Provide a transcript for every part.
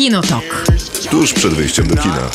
Kinotok. Tuż przed wyjściem do kina.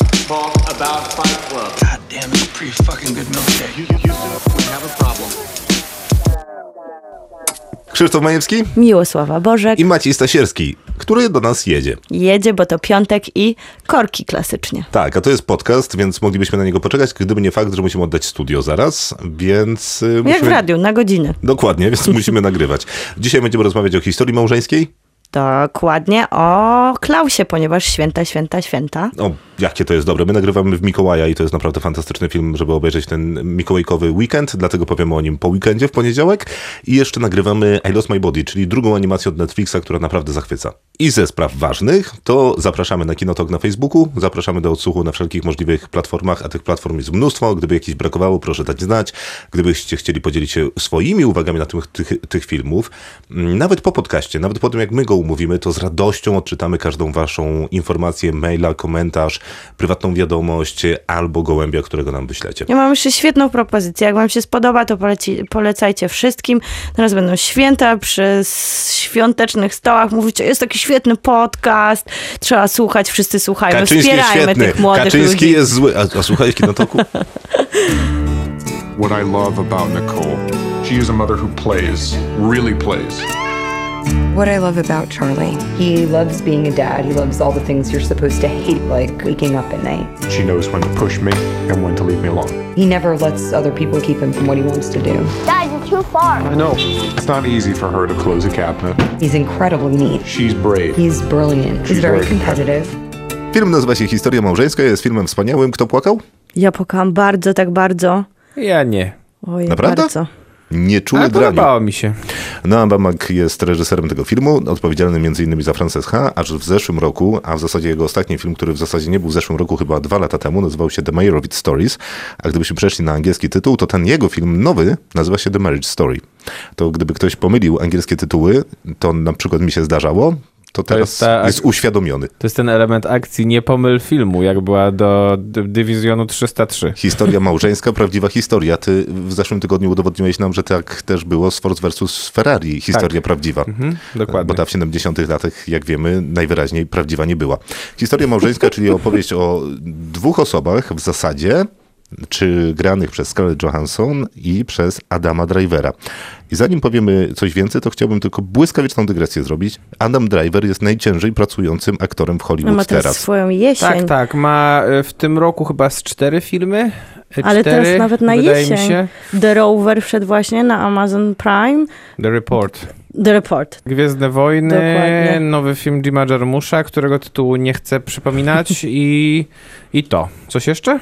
Krzysztof Majewski Miłosława Bożek i Maciej Stasierski, który do nas jedzie. Jedzie, bo to piątek i korki klasycznie. Tak, a to jest podcast, więc moglibyśmy na niego poczekać, gdyby nie fakt, że musimy oddać studio zaraz, więc... Jak w radiu, na godzinę. Dokładnie, więc musimy nagrywać. Dzisiaj będziemy rozmawiać o historii małżeńskiej. Dokładnie, o Klausie, ponieważ święta. O, jakie to jest dobre. My nagrywamy w Mikołaja i to jest naprawdę fantastyczny film, żeby obejrzeć ten mikołajkowy weekend, dlatego powiemy o nim po weekendzie w poniedziałek. I jeszcze nagrywamy I Lost My Body, czyli drugą animację od Netflixa, która naprawdę zachwyca. I ze spraw ważnych, to zapraszamy na Kinotok na Facebooku, zapraszamy do odsłuchu na wszelkich możliwych platformach, a tych platform jest mnóstwo. Gdyby jakiś brakowało, proszę dać znać. Gdybyście chcieli podzielić się swoimi uwagami na tych filmów, nawet po podcaście, nawet po tym, jak my go umówimy, to z radością odczytamy każdą waszą informację, maila, komentarz, prywatną wiadomość albo gołębia, którego nam wyślecie. Ja mam jeszcze świetną propozycję. Jak wam się spodoba, to polecajcie wszystkim. Teraz będą święta, przy świątecznych stołach mówicie, jest taki świetny podcast, trzeba słuchać, wszyscy słuchajmy, Kaczyński wspierajmy tych młodych Kaczyński ludzi. jest zły. A słuchaj w Kinotoku? What I love about Nicole, she is a mother who plays, really plays. What I love about Charlie, he loves being a dad. He loves all the things you're supposed to hate, like waking up at night. She knows when to push me and when to leave me alone. He never lets other people keep him from what he wants to do. Dad, you're too far. I know. It's not easy for her to close a cabinet. He's incredibly neat. She's brave. He's brilliant. He's very competitive. Film nazywa się Historia małżeńska, jest filmem wspaniałym. Kto płakał? Ja płakałam bardzo, tak bardzo. Ja nie. Oj, Naprawdę? bardzo. Nieczuły Ale draniu. podobało mi się. Noah Baumbach jest reżyserem tego filmu, odpowiedzialny m.in. za Frances H., aż w zeszłym roku, a w zasadzie jego ostatni film, który w zasadzie nie był w zeszłym roku, chyba 2 lata temu, nazywał się The Meyerowitz Stories, a gdybyśmy przeszli na angielski tytuł, to ten jego film nowy nazywa się The Marriage Story. To gdyby ktoś pomylił angielskie tytuły, to na przykład mi się zdarzało, to teraz jest uświadomiony. To jest ten element akcji nie pomyl filmu, jak była do Dywizjonu 303. Historia małżeńska, prawdziwa historia. Ty w zeszłym tygodniu udowodniłeś nam, że tak też było z Ford versus Ferrari. Historia prawdziwa. Dokładnie. Bo ta w 70 latach, jak wiemy, najwyraźniej prawdziwa nie była. Historia małżeńska, czyli opowieść o dwóch osobach w zasadzie, czy granych przez Scarlett Johansson i przez Adama Drivera. I zanim powiemy coś więcej, to chciałbym tylko błyskawiczną dygresję zrobić. Adam Driver jest najciężej pracującym aktorem w Hollywood Ma teraz swoją jesień. Tak. Ma w tym roku chyba z 4 filmy. Ale 4, teraz nawet na wydaje mi jesień. się. The Rover wszedł właśnie na Amazon Prime. The Report. Gwiezdne Wojny, Dokładnie. nowy film Jima Jarmusza, którego tytułu nie chcę przypominać i to. Coś jeszcze?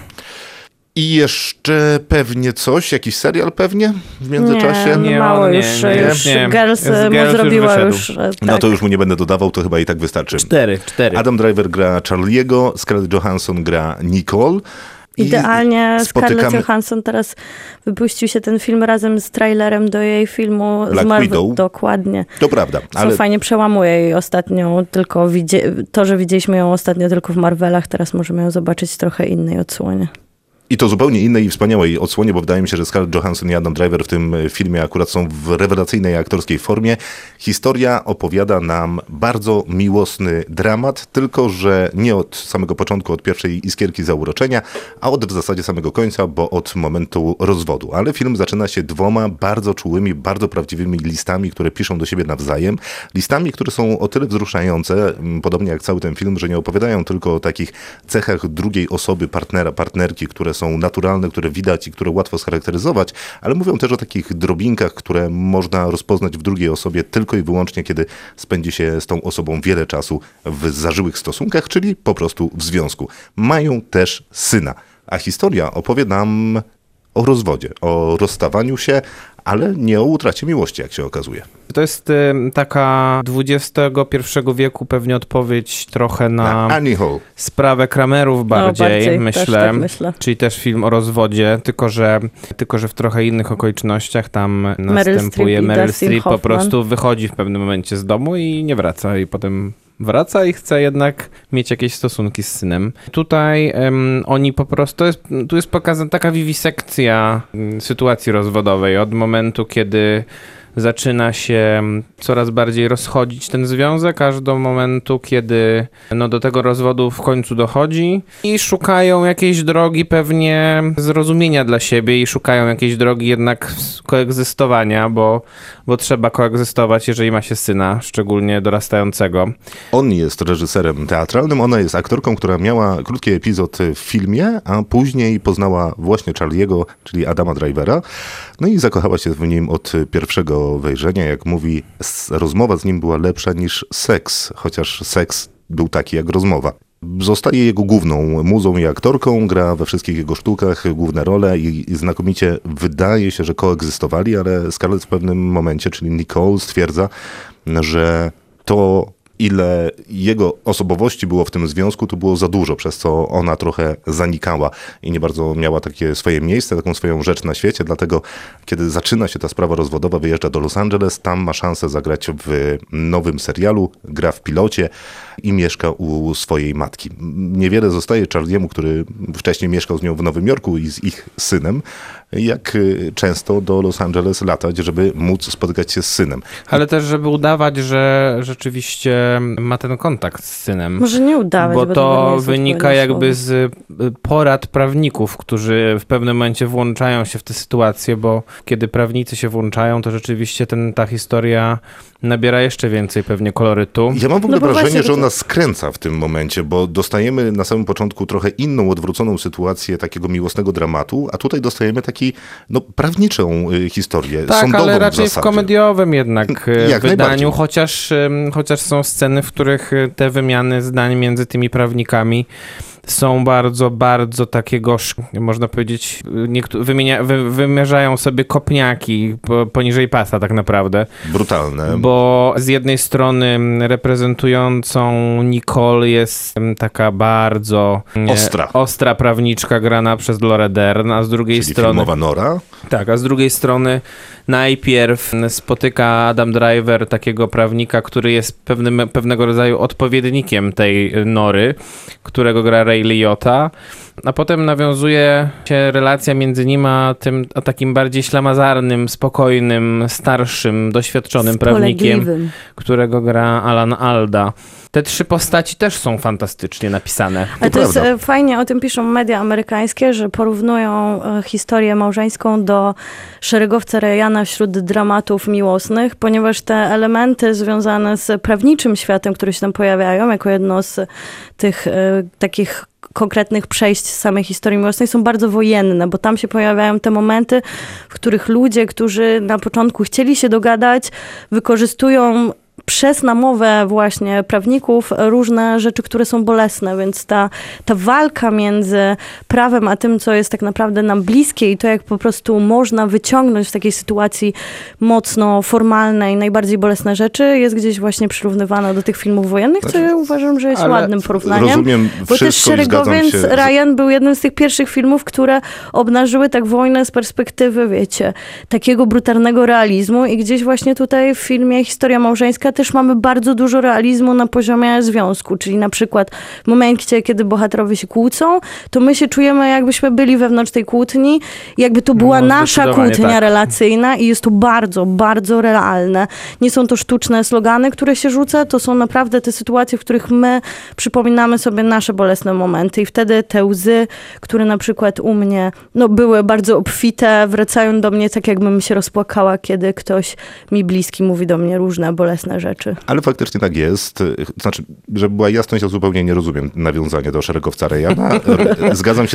I jeszcze pewnie coś, jakiś serial pewnie w międzyczasie? Nie, mało on nie, już. nie. Już Nie. Girls Girls mu już zrobiła wyszedł. już. No Tak. to już mu nie będę dodawał, to chyba i tak wystarczy. 4. Adam Driver gra Charlie'ego, Scarlett Johansson gra Nicole. Idealnie Scarlett spotykamy- Johansson teraz wypuścił się ten film razem z trailerem do jej filmu Black z Marvel. Widow. Dokładnie. To prawda, Co ale fajnie przełamuje jej ostatnią, tylko to, że widzieliśmy ją ostatnio tylko w Marvelach, teraz możemy ją zobaczyć w trochę innej odsłonie. i to zupełnie innej i wspaniałej odsłonie, bo wydaje mi się, że Scarlett Johansson i Adam Driver w tym filmie akurat są w rewelacyjnej aktorskiej formie. Historia opowiada nam bardzo miłosny dramat, tylko że nie od samego początku, od pierwszej iskierki zauroczenia, a od w zasadzie samego końca, bo od momentu rozwodu. Ale film zaczyna się 2 bardzo czułymi, bardzo prawdziwymi listami, które piszą do siebie nawzajem. Listami, które są o tyle wzruszające, podobnie jak cały ten film, że nie opowiadają tylko o takich cechach drugiej osoby, partnera, partnerki, które są naturalne, które widać i które łatwo scharakteryzować, ale mówią też o takich drobinkach, które można rozpoznać w drugiej osobie tylko i wyłącznie, kiedy spędzi się z tą osobą wiele czasu w zażyłych stosunkach, czyli po prostu w związku. Mają też syna, a historia opowie nam o rozwodzie, o rozstawaniu się, ale nie o utracie miłości, jak się okazuje. To jest taka XXI wieku pewnie odpowiedź trochę na Annie Hall. sprawę Kramerów bardziej, też myślę. tak myślę. Czyli też film o rozwodzie, tylko że w trochę innych okolicznościach tam następuje Meryl Streep po prostu wychodzi w pewnym momencie z domu i nie wraca i potem wraca i chce jednak mieć jakieś stosunki z synem. Tutaj oni po prostu, tu jest pokazana taka wiwisekcja sytuacji rozwodowej od momentu, kiedy zaczyna się coraz bardziej rozchodzić ten związek, aż do momentu, kiedy do tego rozwodu w końcu dochodzi i szukają jakiejś drogi pewnie zrozumienia dla siebie i szukają jakiejś drogi jednak koegzystowania, bo trzeba koegzystować, jeżeli ma się syna, szczególnie dorastającego. On jest reżyserem teatralnym, ona jest aktorką, która miała krótki epizod w filmie, a później poznała właśnie Charlie'ego, czyli Adama Drivera, no i zakochała się w nim od pierwszego wejrzenia. Jak mówi, rozmowa z nim była lepsza niż seks, chociaż seks był taki jak rozmowa. Zostaje jego główną muzą i aktorką, gra we wszystkich jego sztukach główne role i znakomicie wydaje się, że koegzystowali, ale Scarlett w pewnym momencie, czyli Nicole, stwierdza, że to, ile jego osobowości było w tym związku, to było za dużo, przez co ona trochę zanikała i nie bardzo miała takie swoje miejsce, taką swoją rzecz na świecie, dlatego kiedy zaczyna się ta sprawa rozwodowa, wyjeżdża do Los Angeles, tam ma szansę zagrać w nowym serialu, gra w pilocie i mieszka u swojej matki. Niewiele zostaje Charliemu, który wcześniej mieszkał z nią w Nowym Jorku i z ich synem, jak często do Los Angeles latać, żeby móc spotykać się z synem. Ale też, żeby udawać, że rzeczywiście ma ten kontakt z synem. Może nie udawać, bo to wynika jakby z porad prawników, którzy w pewnym momencie włączają się w tę sytuację, bo kiedy prawnicy się włączają, to rzeczywiście ta historia nabiera jeszcze więcej pewnie kolorytu. Ja mam w ogóle wrażenie, że ona skręca w tym momencie, bo dostajemy na samym początku trochę inną, odwróconą sytuację takiego miłosnego dramatu, a tutaj dostajemy taki, prawniczą historię, sądową ale raczej w komediowym jednak wydaniu, chociaż są sceny, w których te wymiany zdań między tymi prawnikami są bardzo, bardzo takiego, można powiedzieć, wymierzają sobie kopniaki poniżej pasa tak naprawdę. Brutalne. Bo z jednej strony reprezentującą Nicole jest taka bardzo ostra prawniczka grana przez Laurę Dern, a z drugiej strony... filmowa Nora. Tak, a z drugiej strony najpierw spotyka Adam Driver takiego prawnika, który jest pewnego rodzaju odpowiednikiem tej Nory, którego gra Ray Liotta, a potem nawiązuje się relacja między nim a takim bardziej ślamazarnym, spokojnym, starszym, doświadczonym prawnikiem, którego gra Alan Alda. Te trzy postaci też są fantastycznie napisane. Ale to jest fajnie, o tym piszą media amerykańskie, że porównują historię małżeńską do Szeregowca Ryana wśród dramatów miłosnych, ponieważ te elementy związane z prawniczym światem, które się tam pojawiają, jako jedno z tych takich konkretnych przejść z samej historii miłosnej są bardzo wojenne, bo tam się pojawiają te momenty, w których ludzie, którzy na początku chcieli się dogadać, wykorzystują przez namowę właśnie prawników różne rzeczy, które są bolesne, więc ta walka między prawem a tym, co jest tak naprawdę nam bliskie i to, jak po prostu można wyciągnąć w takiej sytuacji mocno formalnej najbardziej bolesne rzeczy, jest gdzieś właśnie przyrównywana do tych filmów wojennych, co ja uważam, że jest ładnym porównaniem. Rozumiem bo też Szeregowiec Ryan był jednym z tych pierwszych filmów, które obnażyły tak wojnę z perspektywy, wiecie, takiego brutalnego realizmu i gdzieś właśnie tutaj w filmie Historia małżeńska też mamy bardzo dużo realizmu na poziomie związku, czyli na przykład w momencie, kiedy bohaterowie się kłócą, to my się czujemy, jakbyśmy byli wewnątrz tej kłótni, jakby to była nasza kłótnia relacyjna i jest to bardzo, bardzo realne. Nie są to sztuczne slogany, które się rzuca, to są naprawdę te sytuacje, w których my przypominamy sobie nasze bolesne momenty i wtedy te łzy, które na przykład u mnie były bardzo obfite, wracają do mnie tak, jakbym się rozpłakała, kiedy ktoś mi bliski mówi do mnie różne bolesne rzeczy. Ale faktycznie tak jest. Znaczy, żeby była jasność, ja zupełnie nie rozumiem nawiązania do Szeregowca Ryana. Zgadzam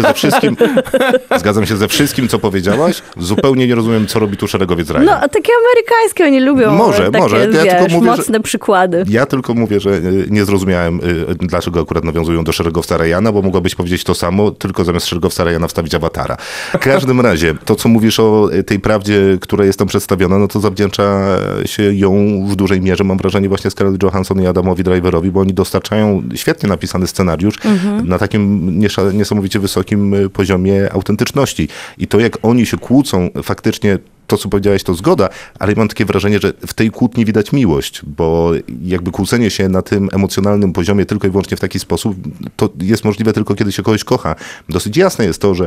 się ze wszystkim, co powiedziałaś. Zupełnie nie rozumiem, co robi tu Szeregowiec Ryan. A takie amerykańskie oni lubią. Może. Ja tylko mówię, mocne przykłady. Ja tylko mówię, że nie zrozumiałem, dlaczego akurat nawiązują do Szeregowca Ryana, bo mogłabyś powiedzieć to samo, tylko zamiast Szeregowca Ryana wstawić Awatara. W każdym razie, to co mówisz o tej prawdzie, która jest tam przedstawiona, to zawdzięcza się ją w dużej mierze, mam wrażenie, właśnie Scarlett Johansson i Adamowi Driverowi, bo oni dostarczają świetnie napisany scenariusz na takim niesamowicie wysokim poziomie autentyczności. I to, jak oni się kłócą, faktycznie to, co powiedziałeś, to zgoda, ale mam takie wrażenie, że w tej kłótni widać miłość, bo jakby kłócenie się na tym emocjonalnym poziomie tylko i wyłącznie w taki sposób, to jest możliwe tylko, kiedy się kogoś kocha. Dosyć jasne jest to, że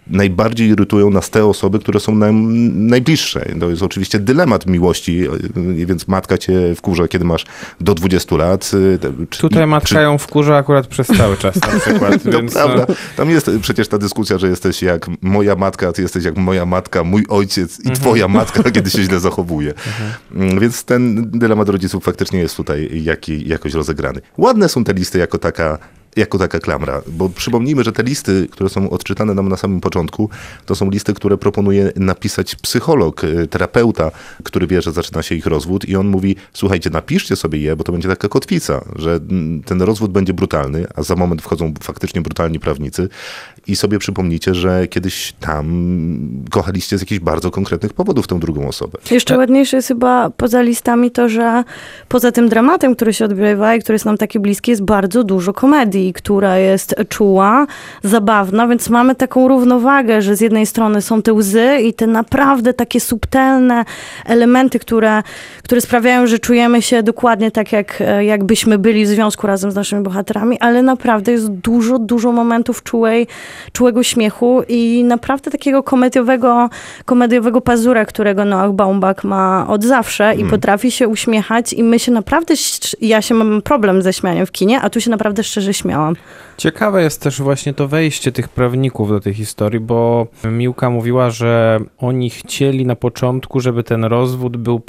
najbardziej irytują nas te osoby, które są nam najbliższe. To jest oczywiście dylemat miłości, więc matka cię wkurza, kiedy masz do 20 lat. Tutaj matka ją wkurza akurat przez cały czas na przykład. To więc prawda. Tam jest przecież ta dyskusja, że jesteś jak moja matka, ty jesteś jak moja matka, mój ojciec i twoja matka, kiedy się źle zachowuje. Więc ten dylemat rodziców faktycznie jest tutaj jakoś rozegrany. Ładne są te listy jako taka klamra, bo przypomnijmy, że te listy, które są odczytane nam na samym początku, to są listy, które proponuje napisać psycholog, terapeuta, który wie, że zaczyna się ich rozwód i on mówi, słuchajcie, napiszcie sobie je, bo to będzie taka kotwica, że ten rozwód będzie brutalny, a za moment wchodzą faktycznie brutalni prawnicy i sobie przypomnijcie, że kiedyś tam kochaliście z jakichś bardzo konkretnych powodów tę drugą osobę. Jeszcze ładniejsze jest chyba poza listami to, że poza tym dramatem, który się odbywa i który jest nam taki bliski, jest bardzo dużo komedii, która jest czuła, zabawna, więc mamy taką równowagę, że z jednej strony są te łzy i te naprawdę takie subtelne elementy, które sprawiają, że czujemy się dokładnie tak, jakbyśmy byli w związku razem z naszymi bohaterami, ale naprawdę jest dużo momentów czułego śmiechu i naprawdę takiego komediowego pazura, którego Noah Baumbach ma od zawsze i potrafi się uśmiechać i my się naprawdę, ja się mam problem ze śmianiem w kinie, a tu się naprawdę szczerze śmiałam. Ciekawe jest też właśnie to wejście tych prawników do tej historii, bo Miłka mówiła, że oni chcieli na początku, żeby ten rozwód był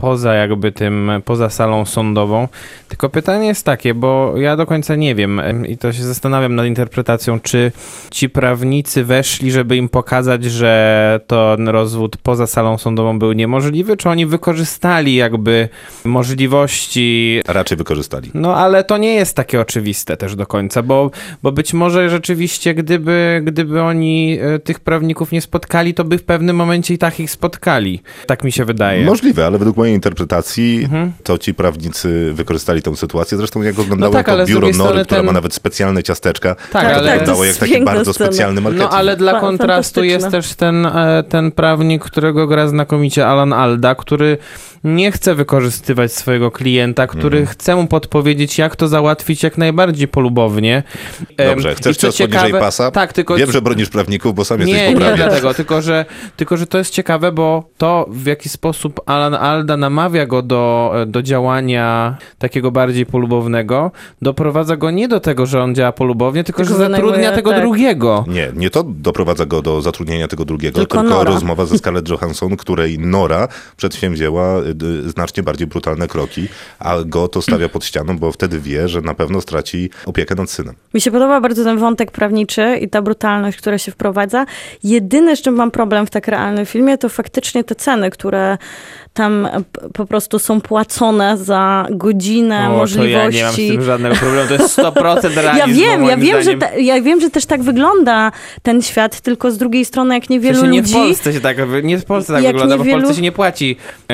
poza salą sądową. Tylko pytanie jest takie, bo ja do końca nie wiem i to się zastanawiam nad interpretacją, czy ci prawnicy weszli, żeby im pokazać, że ten rozwód poza salą sądową był niemożliwy, czy oni wykorzystali jakby możliwości... Raczej wykorzystali. No ale to nie jest takie oczywiste też do końca, bo być może rzeczywiście, gdyby oni tych prawników nie spotkali, to by w pewnym momencie i tak ich spotkali. Tak mi się wydaje. Możliwe, ale według mojej interpretacji to ci prawnicy wykorzystali tę sytuację. Zresztą jak oglądałem jako biuro Nory, która ma nawet specjalne ciasteczka, to wyglądało jak taki bardzo specjalny marketing. No ale dla kontrastu jest też ten prawnik, którego gra znakomicie Alan Alda, który nie chce wykorzystywać swojego klienta, który chce mu podpowiedzieć, jak to załatwić jak najbardziej polubownie. Dobrze, chcesz cios poniżej pasa? Tak, tylko... Wiem, że bronisz prawników, bo sam jesteś poprawny. Nie dlatego, tylko że to jest ciekawe, bo to, w jaki sposób Alan Alda namawia go do działania takiego bardziej polubownego, doprowadza go nie do tego, że on działa polubownie, tylko że zatrudnia tego drugiego. Nie to doprowadza go do zatrudnienia tego drugiego, tylko rozmowa ze Scarlett Johansson, której Nora przedsięwzięła znacznie bardziej brutalne kroki, a go to stawia pod ścianą, bo wtedy wie, że na pewno straci opiekę nad synem. Mi się podoba bardzo ten wątek prawniczy i ta brutalność, która się wprowadza. Jedyne, z czym mam problem w tak realnym filmie, to faktycznie te ceny, które tam po prostu są płacone za godzinę możliwości. To ja nie mam z tym żadnego problemu, to jest 100% realizmu. Ja wiem, że też tak wygląda ten świat, tylko z drugiej strony, jak niewielu ludzi... Nie w Polsce tak wygląda, bo w Polsce się nie płaci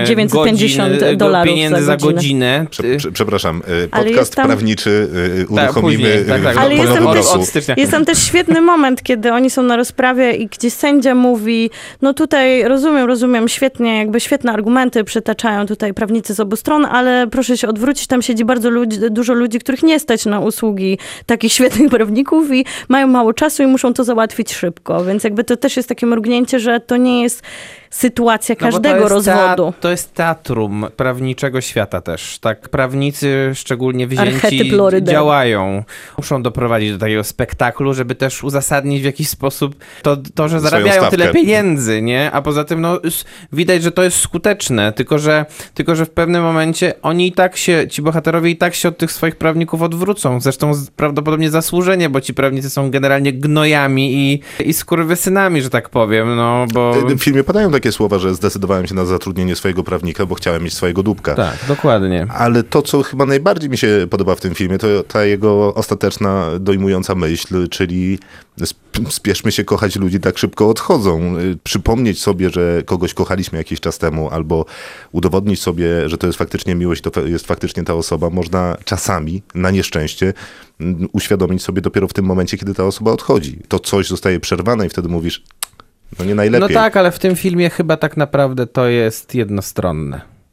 $950 pieniędzy za godzinę. Przepraszam, podcast prawniczy uruchomimy ale jest tam też świetny moment, kiedy oni są na rozprawie i gdzie sędzia mówi, no tutaj rozumiem, świetnie, jakby świetne argumenty przytaczają tutaj prawnicy z obu stron, ale proszę się odwrócić, tam siedzi bardzo dużo ludzi, których nie stać na usługi takich świetnych prawników i mają mało czasu i muszą to załatwić szybko, więc jakby to też jest takie mrugnięcie, że to nie jest sytuacja każdego rozwodu. To jest teatrum prawniczego świata też. Tak, prawnicy, szczególnie wzięci, działają. Muszą doprowadzić do takiego spektaklu, żeby też uzasadnić w jakiś sposób to że zarabiają tyle pieniędzy, nie? A poza tym, widać, że to jest skuteczne, tylko że w pewnym momencie ci bohaterowie i tak się od tych swoich prawników odwrócą. Zresztą prawdopodobnie zasłużenie, bo ci prawnicy są generalnie gnojami i skurwysynami, że tak powiem, bo... W filmie padają takie słowa, że zdecydowałem się na zatrudnienie swojego prawnika, bo chciałem mieć swojego dupka. Tak, dokładnie. Ale to, co chyba najbardziej mi się podoba w tym filmie, to ta jego ostateczna, dojmująca myśl, czyli spieszmy się kochać ludzi, tak szybko odchodzą. Przypomnieć sobie, że kogoś kochaliśmy jakiś czas temu, albo udowodnić sobie, że to jest faktycznie miłość, to jest faktycznie ta osoba, można czasami, na nieszczęście, uświadomić sobie dopiero w tym momencie, kiedy ta osoba odchodzi. To coś zostaje przerwane i wtedy mówisz, nie najlepiej. No tak, ale w tym filmie chyba tak naprawdę to jest jednostronne.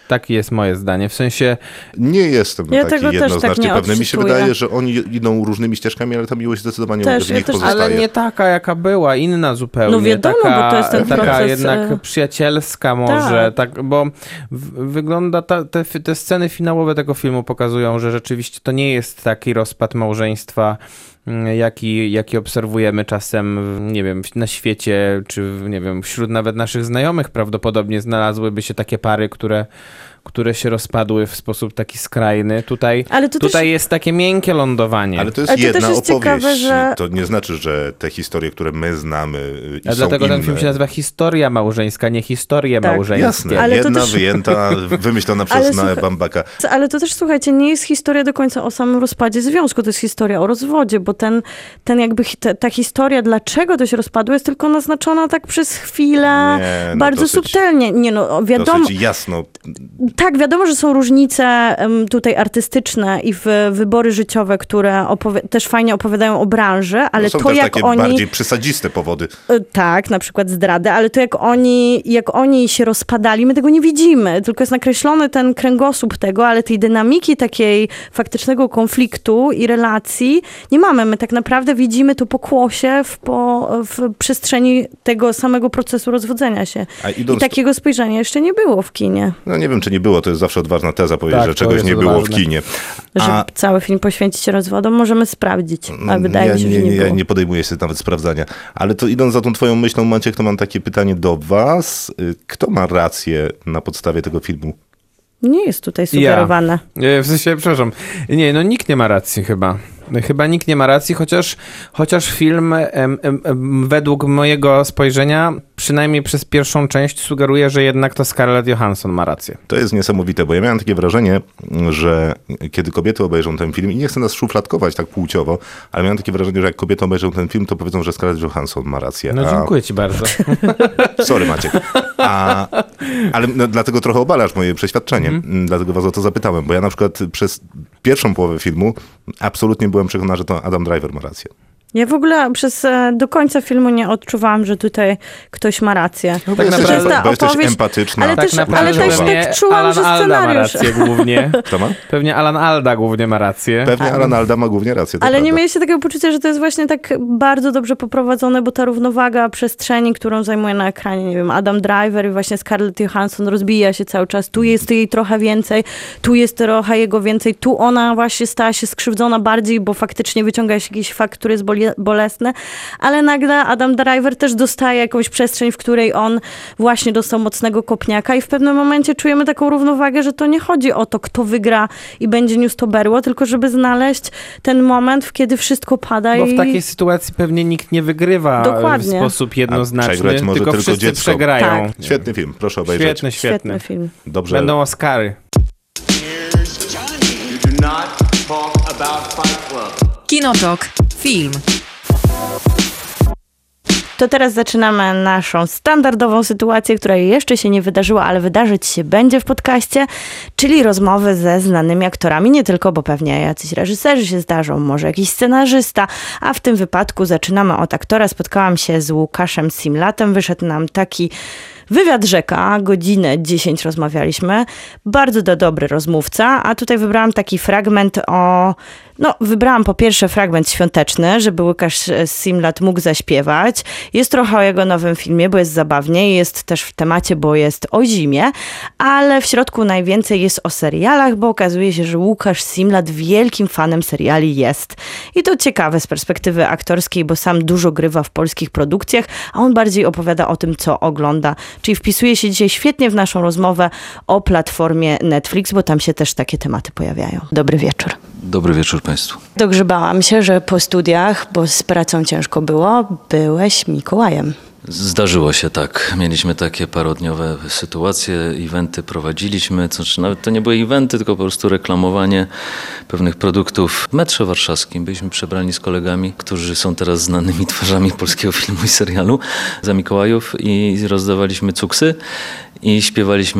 Takie jest moje zdanie. W sensie... Nie jestem Ja taki tego też jednoznacznie tak nie pewny. Mi się odczytuję. wydaje, że oni idą różnymi ścieżkami, ale ta miłość zdecydowanie w nich pozostaje. Ale nie taka, jaka była, inna zupełnie. No wiadomo, taka, bo to jest ten taka proces... jednak przyjacielska może, tak bo wygląda, te sceny finałowe tego filmu pokazują, że rzeczywiście to nie jest taki rozpad małżeństwa, jaki obserwujemy czasem, nie wiem, na świecie, czy nie wiem, wśród nawet naszych znajomych prawdopodobnie znalazłyby się takie pary, które się rozpadły w sposób taki skrajny. Tutaj jest takie miękkie lądowanie. Ale to jest jedna opowieść. Ciekawe, że... To nie znaczy, że te historie, które my znamy i są dlatego inne. Ten film się nazywa Historia małżeńska, nie Historie małżeńskie. Jasne, ale jedna też... wyjęta, wymyślona przez Noe Baumbach'a. Ale to też, słuchajcie, nie jest historia do końca o samym rozpadzie związku, to jest historia o rozwodzie, bo ta historia, dlaczego to się rozpadło, jest tylko naznaczona tak przez chwilę, bardzo subtelnie. Nie, no, wiadomo, dosyć jasno. Tak, wiadomo, że są różnice tutaj artystyczne i wybory życiowe, które też fajnie opowiadają o branży, ale są to też jak takie bardziej przesadziste powody. Tak, na przykład zdrady, ale to jak oni się rozpadali, my tego nie widzimy, tylko jest nakreślony ten kręgosłup tego, ale tej dynamiki takiej faktycznego konfliktu i relacji nie mamy. My tak naprawdę widzimy to pokłosie w przestrzeni tego samego procesu rozwodzenia się. I takiego spojrzenia jeszcze nie było w kinie. No nie wiem, czy nie było, to jest zawsze odważna teza powiedzieć, że czegoś nie było w kinie. Że cały film poświęcić się rozwodom, możemy sprawdzić, ale wydaje mi się, że nie było. Ja nie podejmuję się nawet sprawdzania. Ale to idąc za tą twoją myślą, Maciek, to mam takie pytanie do was. Kto ma rację na podstawie tego filmu? Nie jest tutaj sugerowane. W sensie, przepraszam. Nie, no nikt nie ma racji chyba. Chyba nikt nie ma racji, chociaż film według mojego spojrzenia, przynajmniej przez pierwszą część, sugeruje, że jednak to Scarlett Johansson ma rację. To jest niesamowite, bo ja miałem takie wrażenie, że kiedy kobiety obejrzą ten film, i nie chcę nas szufladkować tak płciowo, ale miałem takie wrażenie, że jak kobiety obejrzą ten film, to powiedzą, że Scarlett Johansson ma rację. No dziękuję ci bardzo. Sorry, Maciek. Ale dlatego trochę obalasz moje przeświadczenie. Dlatego was o to zapytałem, bo ja na przykład przez pierwszą połowę filmu absolutnie byłem przekonany, że to Adam Driver ma rację. Ja w ogóle do końca filmu nie odczuwałam, że tutaj ktoś ma rację. No tak naprawdę, bo jesteś empatyczna. Ale też tak czułam, że Alda scenariusz... ma rację głównie. Kto ma? Pewnie Alan Alda głównie ma rację. Pewnie Alan Alda ma głównie rację. Ale nie mieliście takiego poczucia, że to jest właśnie tak bardzo dobrze poprowadzone, bo ta równowaga przestrzeni, którą zajmuje na ekranie, nie wiem, Adam Driver i właśnie Scarlett Johansson rozbija się cały czas. Tu jest jej trochę więcej, tu jest trochę jego więcej, tu ona właśnie stała się skrzywdzona bardziej, bo faktycznie wyciąga jakiś fakt, który jest bolesne, ale nagle Adam Driver też dostaje jakąś przestrzeń, w której on właśnie dostał mocnego kopniaka i w pewnym momencie czujemy taką równowagę, że to nie chodzi o to, kto wygra i będzie niósł to berło, tylko żeby znaleźć ten moment, kiedy wszystko pada. Bo w takiej sytuacji pewnie nikt nie wygrywa w sposób jednoznaczny, tylko wszyscy dziecko przegrają. Tak. Świetny film, proszę obejrzeć. Świetny film. Dobrze. Będą Oscary. Kinotok. Film. To teraz zaczynamy naszą standardową sytuację, która jeszcze się nie wydarzyła, ale wydarzyć się będzie w podcaście, czyli rozmowy ze znanymi aktorami, nie tylko, bo pewnie jacyś reżyserzy się zdarzą, może jakiś scenarzysta, a w tym wypadku zaczynamy od aktora. Spotkałam się z Łukaszem Simlatem, wyszedł nam taki wywiad rzeka, godzinę 10 rozmawialiśmy, bardzo dobry rozmówca, a tutaj wybrałam taki fragment wybrałam po pierwsze fragment świąteczny, żeby Łukasz Simlat mógł zaśpiewać. Jest trochę o jego nowym filmie, bo jest zabawnie, jest też w temacie, bo jest o zimie, ale w środku najwięcej jest o serialach, bo okazuje się, że Łukasz Simlat wielkim fanem seriali jest. I to ciekawe z perspektywy aktorskiej, bo sam dużo grywa w polskich produkcjach, a on bardziej opowiada o tym, co ogląda. Czyli wpisuje się dzisiaj świetnie w naszą rozmowę o platformie Netflix, bo tam się też takie tematy pojawiają. Dobry wieczór. Dobry wieczór Państwu. Dogrzebałam się, że po studiach, bo z pracą ciężko było, byłeś Mikołajem. Zdarzyło się tak. Mieliśmy takie parodniowe sytuacje, eventy prowadziliśmy, nawet to nie były eventy, tylko po prostu reklamowanie pewnych produktów w metrze warszawskim. Byliśmy przebrani z kolegami, którzy są teraz znanymi twarzami polskiego filmu i serialu za Mikołajów i rozdawaliśmy cuksy i śpiewaliśmy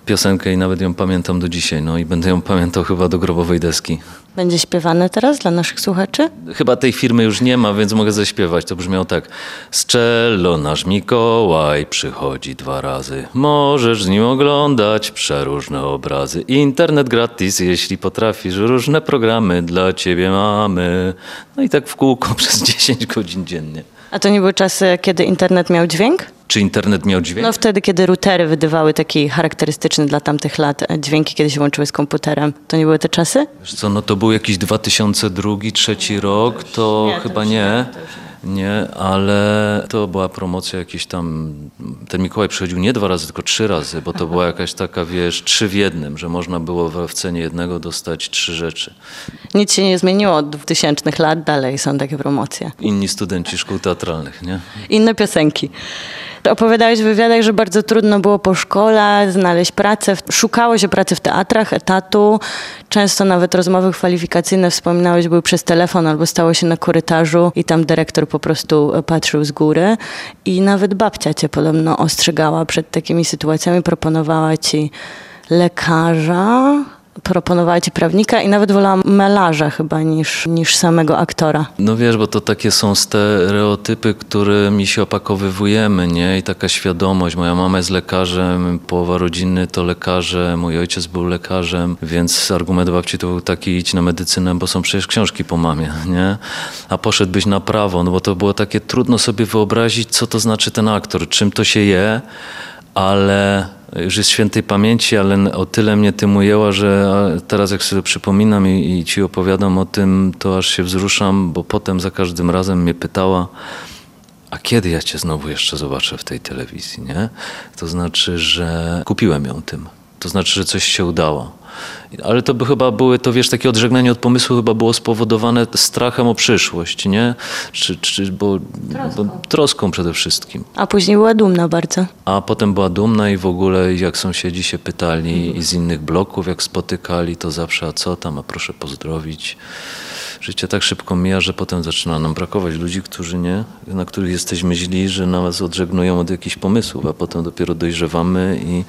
piosenkę i nawet ją pamiętam do dzisiaj, no i będę ją pamiętał chyba do grobowej deski. Będzie śpiewane teraz dla naszych słuchaczy? Chyba tej firmy już nie ma, więc mogę zaśpiewać. To brzmiało tak. Z cello nasz Mikołaj przychodzi 2 razy. Możesz z nim oglądać przeróżne obrazy. Internet gratis, jeśli potrafisz. Różne programy dla ciebie mamy. No i tak w kółko przez 10 godzin dziennie. A to nie były czasy, kiedy internet miał dźwięk? Czy internet miał dźwięk? No wtedy, kiedy routery wydawały taki charakterystyczny dla tamtych lat dźwięki, kiedy się łączyły z komputerem. To nie były te czasy? Wiesz co, no to był jakiś 2002-2003 rok, to chyba nie. Nie, ale to była promocja jakiś tam, ten Mikołaj przychodził nie 2 razy, tylko 3 razy, bo to była jakaś taka, 3 w jednym, że można było w cenie jednego dostać 3 rzeczy. Nic się nie zmieniło od 2000 lat, dalej są takie promocje. Inni studenci szkół teatralnych, nie? Inne piosenki. Opowiadałeś w wywiadach, że bardzo trudno było po szkole znaleźć pracę. Szukało się pracy w teatrach, etatu. Często nawet rozmowy kwalifikacyjne, wspominałeś, były przez telefon albo stało się na korytarzu i tam dyrektor po prostu patrzył z góry. I nawet babcia cię podobno ostrzegała przed takimi sytuacjami, proponowała ci lekarza, proponowała ci prawnika i nawet wolała malarza chyba niż samego aktora. No wiesz, bo to takie są stereotypy, którymi się opakowywujemy, nie? I taka świadomość. Moja mama jest lekarzem, połowa rodziny to lekarze, mój ojciec był lekarzem, więc argument babci to był taki: idź na medycynę, bo są przecież książki po mamie, nie? A poszedłbyś na prawo, no bo to było takie trudno sobie wyobrazić, co to znaczy ten aktor, czym to się je, ale już jest świętej pamięci, ale o tyle mnie tym ujęła, że teraz jak sobie przypominam i ci opowiadam o tym, to aż się wzruszam, bo potem za każdym razem mnie pytała: a kiedy ja cię znowu jeszcze zobaczę w tej telewizji, nie? To znaczy, że kupiłem ją tym. To znaczy, że coś się udało. Ale to by chyba były, to wiesz, takie odżegnanie od pomysłu chyba było spowodowane strachem o przyszłość, nie? Bo troską przede wszystkim. A później była dumna bardzo. A potem była dumna i w ogóle jak sąsiedzi się pytali i z innych bloków jak spotykali, to zawsze: a co tam, a proszę pozdrowić. Życie tak szybko mija, że potem zaczyna nam brakować ludzi, na których jesteśmy źli, że nas odżegnują od jakichś pomysłów, a potem dopiero dojrzewamy i